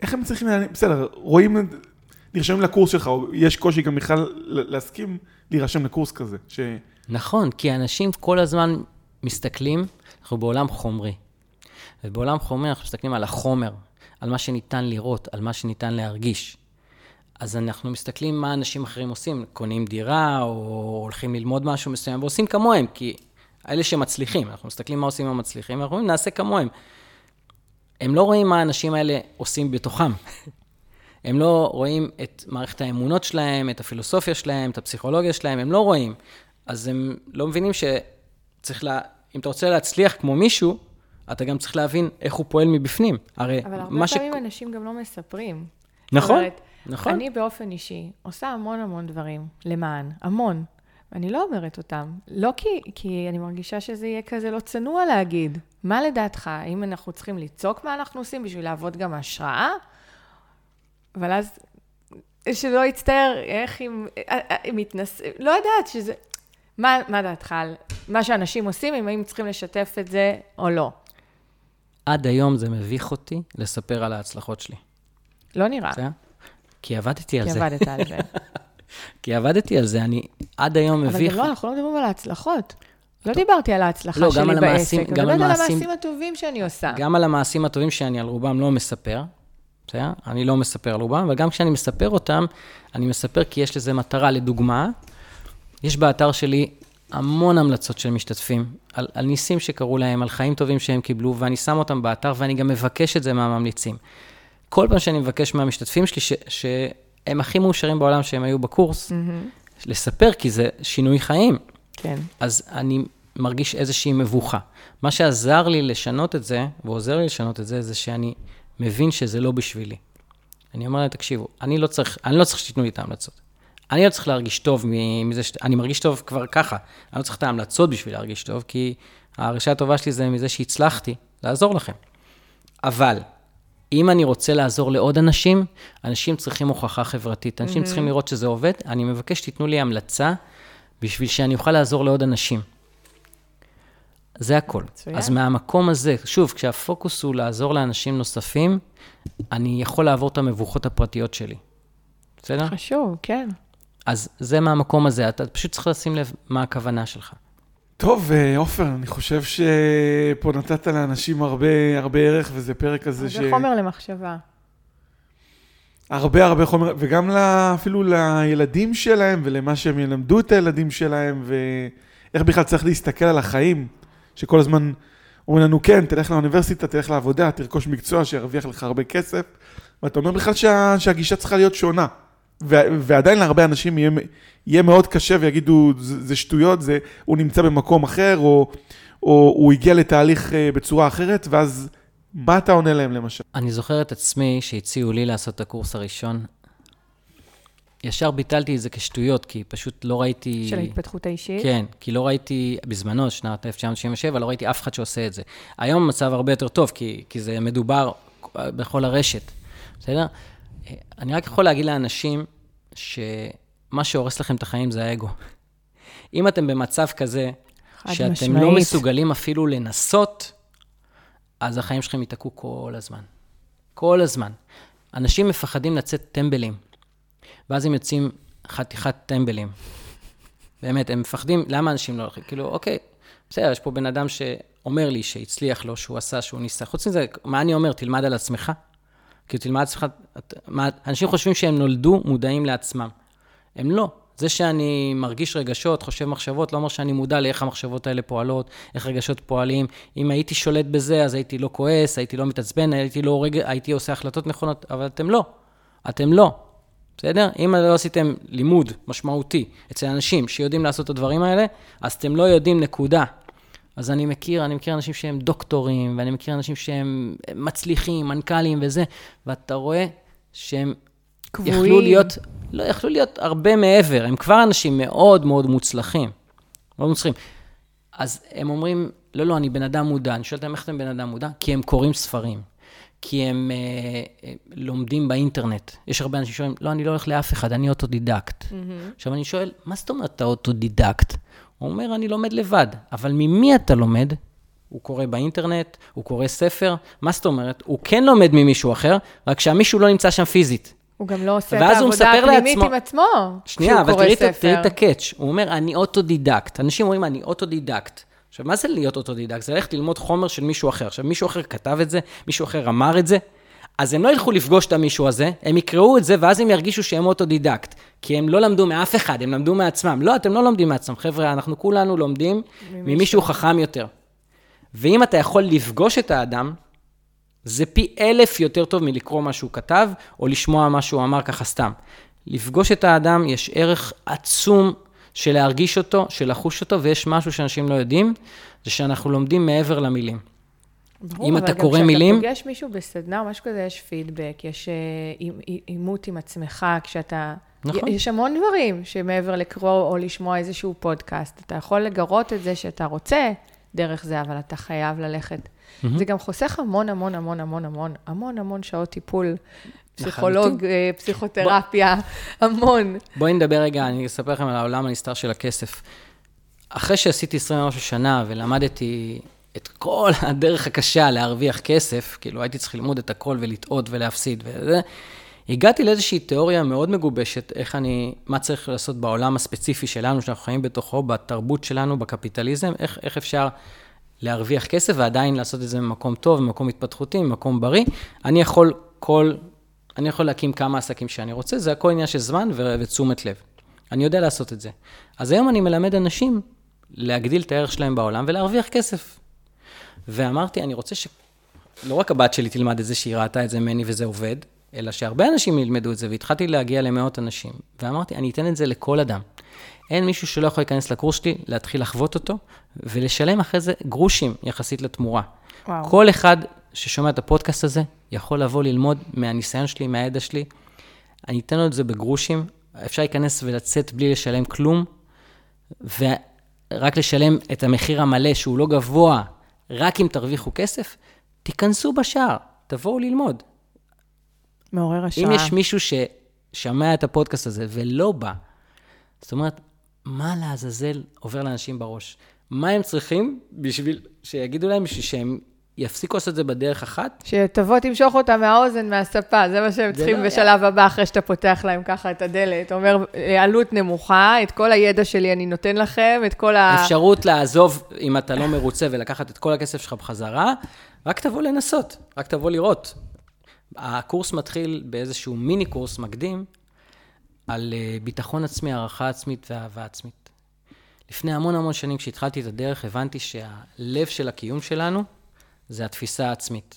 איך הם צריכים, בסדר, רואים, נרשמים לקורס שלך, או יש קושי גם בכלל להסכים להירשם לקורס כזה. נכון, כי אנשים כל הזמן מסתכלים, אנחנו בעולם חומרי. ובעולם חומרי אנחנו מסתכלים על החומר, על מה שניתן לראות, על מה שניתן להרגיש. אז אנחנו מסתכלים מה אנשים אחרים עושים, קונים דירה, או הולכים ללמוד משהו מסוים, ועושים כמוהם, כי אלה שמצליחים, אנחנו מסתכלים מה עושים המצליחים, ואנחנו אומרים, נעשה כמוהם. הם לא רואים מה האנשים האלה עושים בתוכם. הם לא רואים את מערכת האמונות שלהם, את הפילוסופיה שלהם, את הפסיכולוגיה שלהם, הם לא רואים. אז הם לא מבינים שצריך אם אתה רוצה להצליח כמו מישהו, אתה גם צריך להבין איך הוא פועל מבפנים. הרי אבל הרבה פעמים אנשים גם לא מספרים. נכון, אומרת, נכון. אני באופן אישי עושה המון דברים למען, המון. ואני לא אומרת אותם. לא כי אני מרגישה שזה יהיה כזה לא צנוע להגיד. מה לדעתך? האם אנחנו צריכים לצעוק מה אנחנו עושים בשביל לעבוד גם השראה? אבל אז שלא יצטער איך אם מתנסה, לא יודעת שזה... מה דעתך על מה שאנשים עושים, אם הם צריכים לשתף את זה או לא? עד היום זה מביך אותי לספר על ההצלחות שלי. לא נראה. כי עבדתי על זה. כי עבדת על זה. כי עבדתי על זה, אני עד היום מביך... אבל גם לא, אנחנו לא מדברים על ההצלחות. לא דיברתי על ההצלחה שלי בעסק, אני מדברת על המעשים הטובים שאני עושה. גם על המעשים הטובים שאני על רובם לא מספר, בסדר? אני לא מספר על רובם, אבל גם כשאני מספר אותם, אני מספר כי יש לזה מטרה. לדוגמה, יש באתר שלי המון המלצות של משתתפים, על ניסים שקראו להם, על חיים טובים שהם קיבלו, ואני שם אותם באתר, ואני גם מבקש את זה מהממליצים. כל פעם שאני מבקש מהמשתתפים שלי, שהם הכי מאושרים בעולם שהם היו בקורס, לספר, כי זה שינוי חיים. כן. אז אני מרגיש איזושהי מבוכה. מה שעזר לי לשנות את זה, ועוזר לי לשנות את זה, זה שאני מבין שזה לא בשבילי. אני אומר להם, תקשיבו, אני לא צריך שתיתנו לי את ההמלצות. אני לא צריך להרגיש טוב מזה, אני מרגיש טוב כבר ככה. אני לא צריך את ההמלצות בשביל להרגיש טוב, כי ההרגשה הטובה שלי זה מזה שהצלחתי לעזור לכם. אבל אם אני רוצה לעזור לעוד אנשים, אנשים צריכים הוכחה חברתית, אנשים צריכים לראות שזה עובד, אני מבקש שתיתנו לי המלצה, בשביל שאני אוכל לעזור לעוד אנשים. זה הכל. אז מהמקום הזה, שוב, כשהפוקוס הוא לעזור לאנשים נוספים, אני יכול לעבור את המבוכות הפרטיות שלי. בסדר? חשוב, כן. אז זה מהמקום הזה, אתה פשוט צריך לשים לב מה הכוונה שלך. טוב, עופר, אני חושב שפה נתת לאנשים הרבה ערך, וזה פרק הזה זה חומר למחשבה. הרבה חומר, וגם אפילו לילדים שלהם, ולמה שהם ילמדו את הילדים שלהם, ואיך בכלל צריך להסתכל על החיים, שכל הזמן אומרים לנו, כן, תלך לאוניברסיטה, תלך לעבודה, תרכוש מקצוע שירוויח לך הרבה כסף, ואתה אומר בכלל שהגישה צריכה להיות שונה. ועדיין להרבה אנשים יהיה מאוד קשה ויגידו, זה שטויות, הוא נמצא במקום אחר, או הוא הגיע לתהליך בצורה אחרת, ואז מה אתה עונה להם למשל? אני זוכר את עצמי שהציעו לי לעשות את הקורס הראשון. ישר ביטלתי את זה כשטויות, כי פשוט לא ראיתי... של ההתפתחות האישית? כן, כי לא ראיתי, בזמנו, שנת 1997, לא ראיתי אף אחד שעושה את זה. היום המצב הרבה יותר טוב, כי זה מדובר בכל הרשת. בסדר? אני רק יכול להגיד לאנשים שמה שהורס לכם את החיים זה האגו. אם אתם במצב כזה, שאתם משמעית. לא מסוגלים אפילו לנסות, אז החיים שלכם ייתקעו כל הזמן. כל הזמן. אנשים מפחדים לצאת טמבלים, ואז הם יוצאים חתיכת טמבלים. באמת, הם מפחדים, למה אנשים לא הולכים? כאילו, אוקיי, בסדר, יש פה בן אדם שאומר לי שהצליח לו, שהוא עשה, שהוא ניסה. חוץ מזה, מה אני אומר? תלמד על עצמך. כי תלמד עצמך, אנשים חושבים שהם נולדו מודעים לעצמם. הם לא. זה שאני מרגיש רגשות, חושב מחשבות, לא אומר שאני מודע לאיך המחשבות האלה פועלות, איך רגשות פועלים. אם הייתי שולט בזה, אז הייתי לא כועס, הייתי לא מתעצבן, הייתי עושה החלטות נכונות, אבל אתם לא. אתם לא. בסדר? אם לא עשיתם לימוד משמעותי אצל אנשים שיודעים לעשות את הדברים האלה, אז אתם לא יודעים נקודה. אז אני מכיר אנשים שהם דוקטורים, ואני מכיר אנשים שהם מצליחים, מנכ"לים וזה, ואתה רואה שהם יכלו להיות הרבה מעבר, הם כבר אנשים מאוד מאוד מוצלחים, מאוד מוצלחים. אז הם אומרים, לא, אני בן אדם מודע, אני שואל אותם איך אתם בן אדם מודע? כי הם קוראים ספרים, כי הם לומדים באינטרנט. יש הרבה אנשים שואלים, לא, אני לא הולך לאף אחד, אני אוטודידקט. עכשיו אני שואל, מה זאת אומרת אתה אוטודידקט? הוא אומר, אני לומד לבד, אבל ממי אתה לומד? הוא קורא באינטרנט, הוא קורא ספר, מה זאת אומרת? הוא כן לומד ממישהו אחר, רק שהמישהו לא נמצא שם פיזית. הוא גם לא עושה את העבודה הפנימית עם עצמו. שנייה, אבל תראי את הקאץ'. הוא אומר, אני אוטודידקט. אנשים אומרים, אני אוטודידקט. עכשיו, מה זה להיות אוטודידקט? זה ללכת ללמוד חומר של מישהו אחר. עכשיו, מישהו אחר כתב את זה, מישהו אחר אמר את זה, אז הם לא ילכו לפגוש את המישהו הזה, הם יקראו את זה, ואז הם ירגישו שהם אוטודידקט. כי הם לא למדו מאף אחד, הם למדו מעצמם. לא, אתם לא לומדים מעצמם. חבר'ה, אנחנו כולנו לומדים ממישהו חכם יותר. ואם אתה יכול לפגוש את האדם, זה פי 1000 יותר טוב מלקרוא מה שהוא כתב, או לשמוע מה שהוא אמר ככה סתם. לפגוש את האדם, יש ערך עצום של להרגיש אותו, של לחוש אותו, ויש משהו שאנשים לא יודעים, זה שאנחנו לומדים מעבר למילים. ברור, אם אתה קורא מילים... אבל גם כשאתה פוגש מישהו בסדנה או משהו כזה, יש פידבק, יש אימות עם עצמך, כשאתה... נכון. יש המון דברים שמעבר לקרוא או לשמוע איזשהו פודקאסט. אתה יכול לגרות את זה שאתה רוצה דרך זה, אבל אתה חייב ללכת. זה גם חוסך המון, המון, המון, המון, המון, המון, המון שעות טיפול, פסיכולוג, פסיכותרפיה, המון. בואי נדבר רגע, אני אספר לכם על העולם הנסתר של הכסף. אחרי שעשיתי 20 משהו שנה ולמדתי את כל הדרך הקשה להרוויח כסף, כאילו הייתי צריך ללמוד את הכל ולטעות ולהפסיד וזה, הגעתי לאיזושהי תיאוריה מאוד מגובשת, מה צריך לעשות בעולם הספציפי שלנו, שאנחנו חיים בתוכו, בתרבות שלנו, בקפיטליזם, איך אפשר להרוויח כסף ועדיין לעשות את זה במקום טוב, במקום התפתחותי, במקום בריא. אני יכול להקים כמה עסקים שאני רוצה, זה הכל עניין של זמן ותשומת לב. אני יודע לעשות את זה. אז היום אני מלמד אנשים להגדיל את הערך שלהם בעולם ולהרוויח כסף. ואמרתי, אני רוצה לא רק הבת שלי תלמד את זה, שהיא ראתה את זה ממני וזה עובד, אלא שהרבה אנשים ילמדו את זה, והתחלתי להגיע למאות אנשים. ואמרתי, אני אתן את זה לכל אדם. אין מישהו שלא יכול להיכנס לקורס שלי, להתחיל לחוות אותו, ולשלם אחרי זה גרושים יחסית לתמורה. וואו. כל אחד ששומע את הפודקאסט הזה, יכול לבוא ללמוד מהניסיון שלי, מהידע שלי. אני אתן לו את זה בגרושים, אפשר להיכנס ולצאת בלי לשלם כלום, ורק לשלם את המחיר המלא, שהוא לא גבוה, רק אם תרוויחו כסף, תיכנסו בשער, תבואו ללמוד. מעורר השעה. אם יש מישהו ששמע את הפודקאסט הזה ולא בא, זאת אומרת, מה לעזאזל עובר לאנשים בראש? מה הם צריכים בשביל שיגידו להם, שהם יפסיקו לעשות את זה בדרך אחת? שתבוא תמשוך אותה מהאוזן, מהספה, זה מה שהם צריכים בשלב הבא, אחרי שאתה פותח להם ככה את הדלת. אומר, עלות נמוכה, את כל הידע שלי אני נותן לכם, את כל אפשרות לעזוב, אם אתה לא מרוצה, ולקחת את כל הכסף שלך בחזרה, רק תבוא לנסות, רק תבוא לראות. הקורס מתחיל באיזשהו מיני קורס מקדים, על ביטחון עצמי, הערכה עצמית ואהבה עצמית. לפני המון שנים, כשהתחלתי את הדרך, הבנתי שהלב של הקיום שלנו, זה התפיסה העצמית.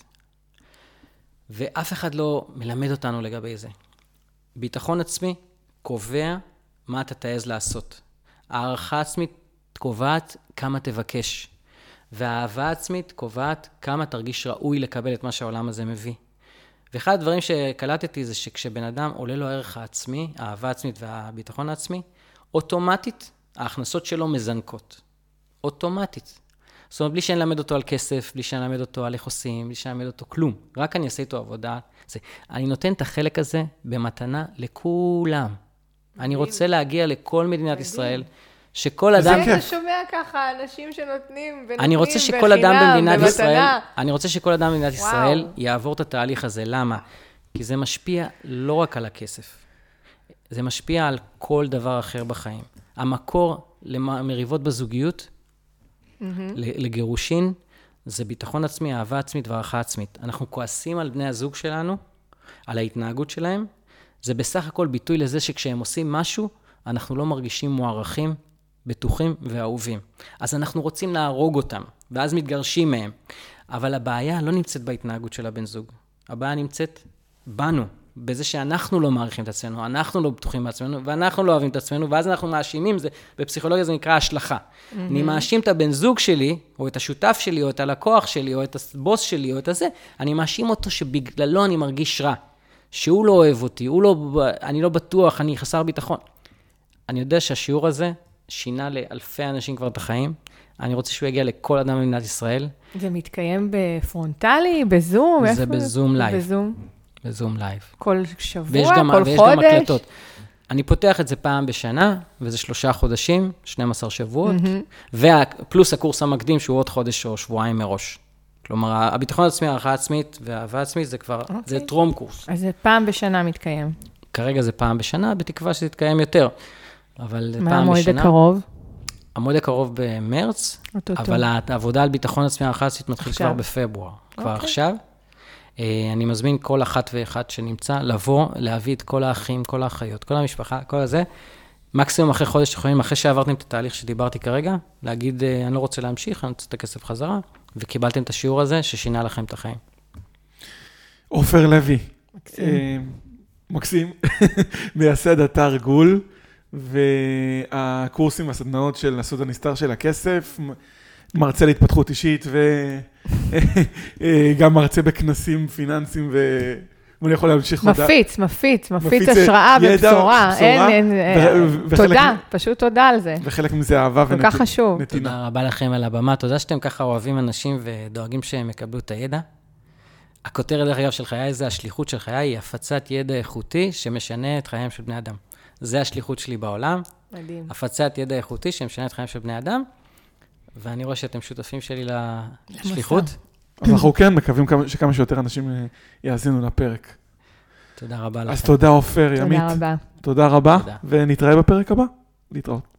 ואף אחד לא מלמד אותנו לגבי זה. ביטחון עצמי קובע מה אתה תעז לעשות. הערכה עצמית קובעת כמה תבקש. והאהבה עצמית קובעת כמה תרגיש ראוי לקבל את מה שהעולם הזה מביא. ואחד הדברים שקלטתי זה שכשבן אדם עולה לו הערך העצמי, האהבה העצמית והביטחון העצמי, אוטומטית ההכנסות שלו מזנקות. אוטומטית. זאת אומרת, בלי שאני למד אותו על כסף, בלי שאני למד אותו על איך עושים, בלי שאני למד אותו כלום. רק אני אעשה איתו עבודה. אני נותן את החלק הזה במתנה לכולם. אני רוצה להגיע לכל מדינת ישראל, שכל אדם... אתה שומע ככה, אנשים שנותנים ונותנים אני רוצה שכל אדם במדינת ישראל, אני רוצה שכל אדם במדינת ישראל יעבור את התהליך הזה. למה? כי זה משפיע לא רק על הכסף. זה משפיע על כל דבר אחר בחיים. המקור למריבות בזוגיות, לגירושין, זה ביטחון עצמי, אהבה עצמית והערכה עצמית. אנחנו כועסים על בני הזוג שלנו, על ההתנהגות שלהם. זה בסך הכל ביטוי לזה שכשהם עושים משהו, אנחנו לא מרגישים מוערכים, בטוחים ואהובים. אז אנחנו רוצים להרוג אותם, ואז מתגרשים מהם. אבל הבעיה לא נמצאת בהתנהגות של הבן זוג. הבעיה נמצאת בנו, בזה שאנחנו לא מעריכים את עצמנו, אנחנו לא בטוחים בעצמנו, ואנחנו לא אוהבים את עצמנו, ואז אנחנו מאשימים, בפסיכולוגיה זה נקרא השלכה. אני מאשים את הבן זוג שלי, או את השותף שלי, או את הלקוח שלי, או את הבוס שלי, או את הזה, אני מאשים אותו שבגללו אני מרגיש רע, שהוא לא אוהב אותי, אני לא בטוח, אני חסר ביטחון. אני יודע שהשיעור הזה שינה לאלפי אנשים כבר את החיים. אני רוצה שהוא יגיע לכל אדם במדינת ישראל. זה מתקיים בפרונטלי, בזום? זה בזום לייב. בזום? בזום לייב. כל שבוע, כל חודש? ויש גם הקלטות. אני פותח את זה פעם בשנה, וזה 3 חודשים, 12 שבועות, ופלוס הקורס המקדים שהוא עוד חודש או שבועיים מראש. כלומר, הביטחון העצמי, הערכה עצמית והאהבה עצמית זה כבר, זה טרום קורס. אז זה פעם בשנה מתקיים. כרגע זה פעם בשנה, בתקווה שזה יתקיים יותר. אבל פעם בשנה. מה המועד הקרוב? המועד הקרוב במרץ, אבל העבודה על ביטחון עצמי, הערכה עצמית מתחיל כבר בפברואר. כבר עכשיו. אני מזמין כל אחת ואחד שנמצא, לבוא, להביא את כל האחים, כל האחיות, כל המשפחה, כל הזה. מקסימום אחרי חודש יכולים, אחרי שעברתם את התהליך שדיברתי כרגע, להגיד, אני לא רוצה להמשיך, אני רוצה את הכסף חזרה, וקיבלתם את השיעור הזה ששינה לכם את החיים. עופר לוי. מקסים. מייסד אתר גול, והקורסים והסדנאות של הסוד הנסתר של הכסף, מרצה להתפתחות אישית, וגם מרצה בכנסים פיננסיים, ואני יכול להמשיך אותה. מפיץ השראה ובשורה. תודה, פשוט תודה על זה. וחלק מזה אהבה ונתינה. כל כך חשוב. תודה רבה לכם על הבמה, תודה שאתם ככה אוהבים אנשים ודואגים שהם יקבלו את הידע. הכותרת דרך אגב של חיי זה השליחות של חיי, היא הפצת ידע איכותי שמשנה את חייהם של בני אדם. זה השליחות שלי בעולם. מדהים. הפצת ידע איכותי שמשנה את חייהם של בני אדם. ואני רואה שאתם שותפים שלי לשליחות. אז אנחנו כן מקווים שכמה שיותר אנשים יאזינו לפרק. תודה רבה לכם. אז תודה עופר, ימית. תודה רבה. תודה רבה, ונתראה בפרק הבא. להתראות.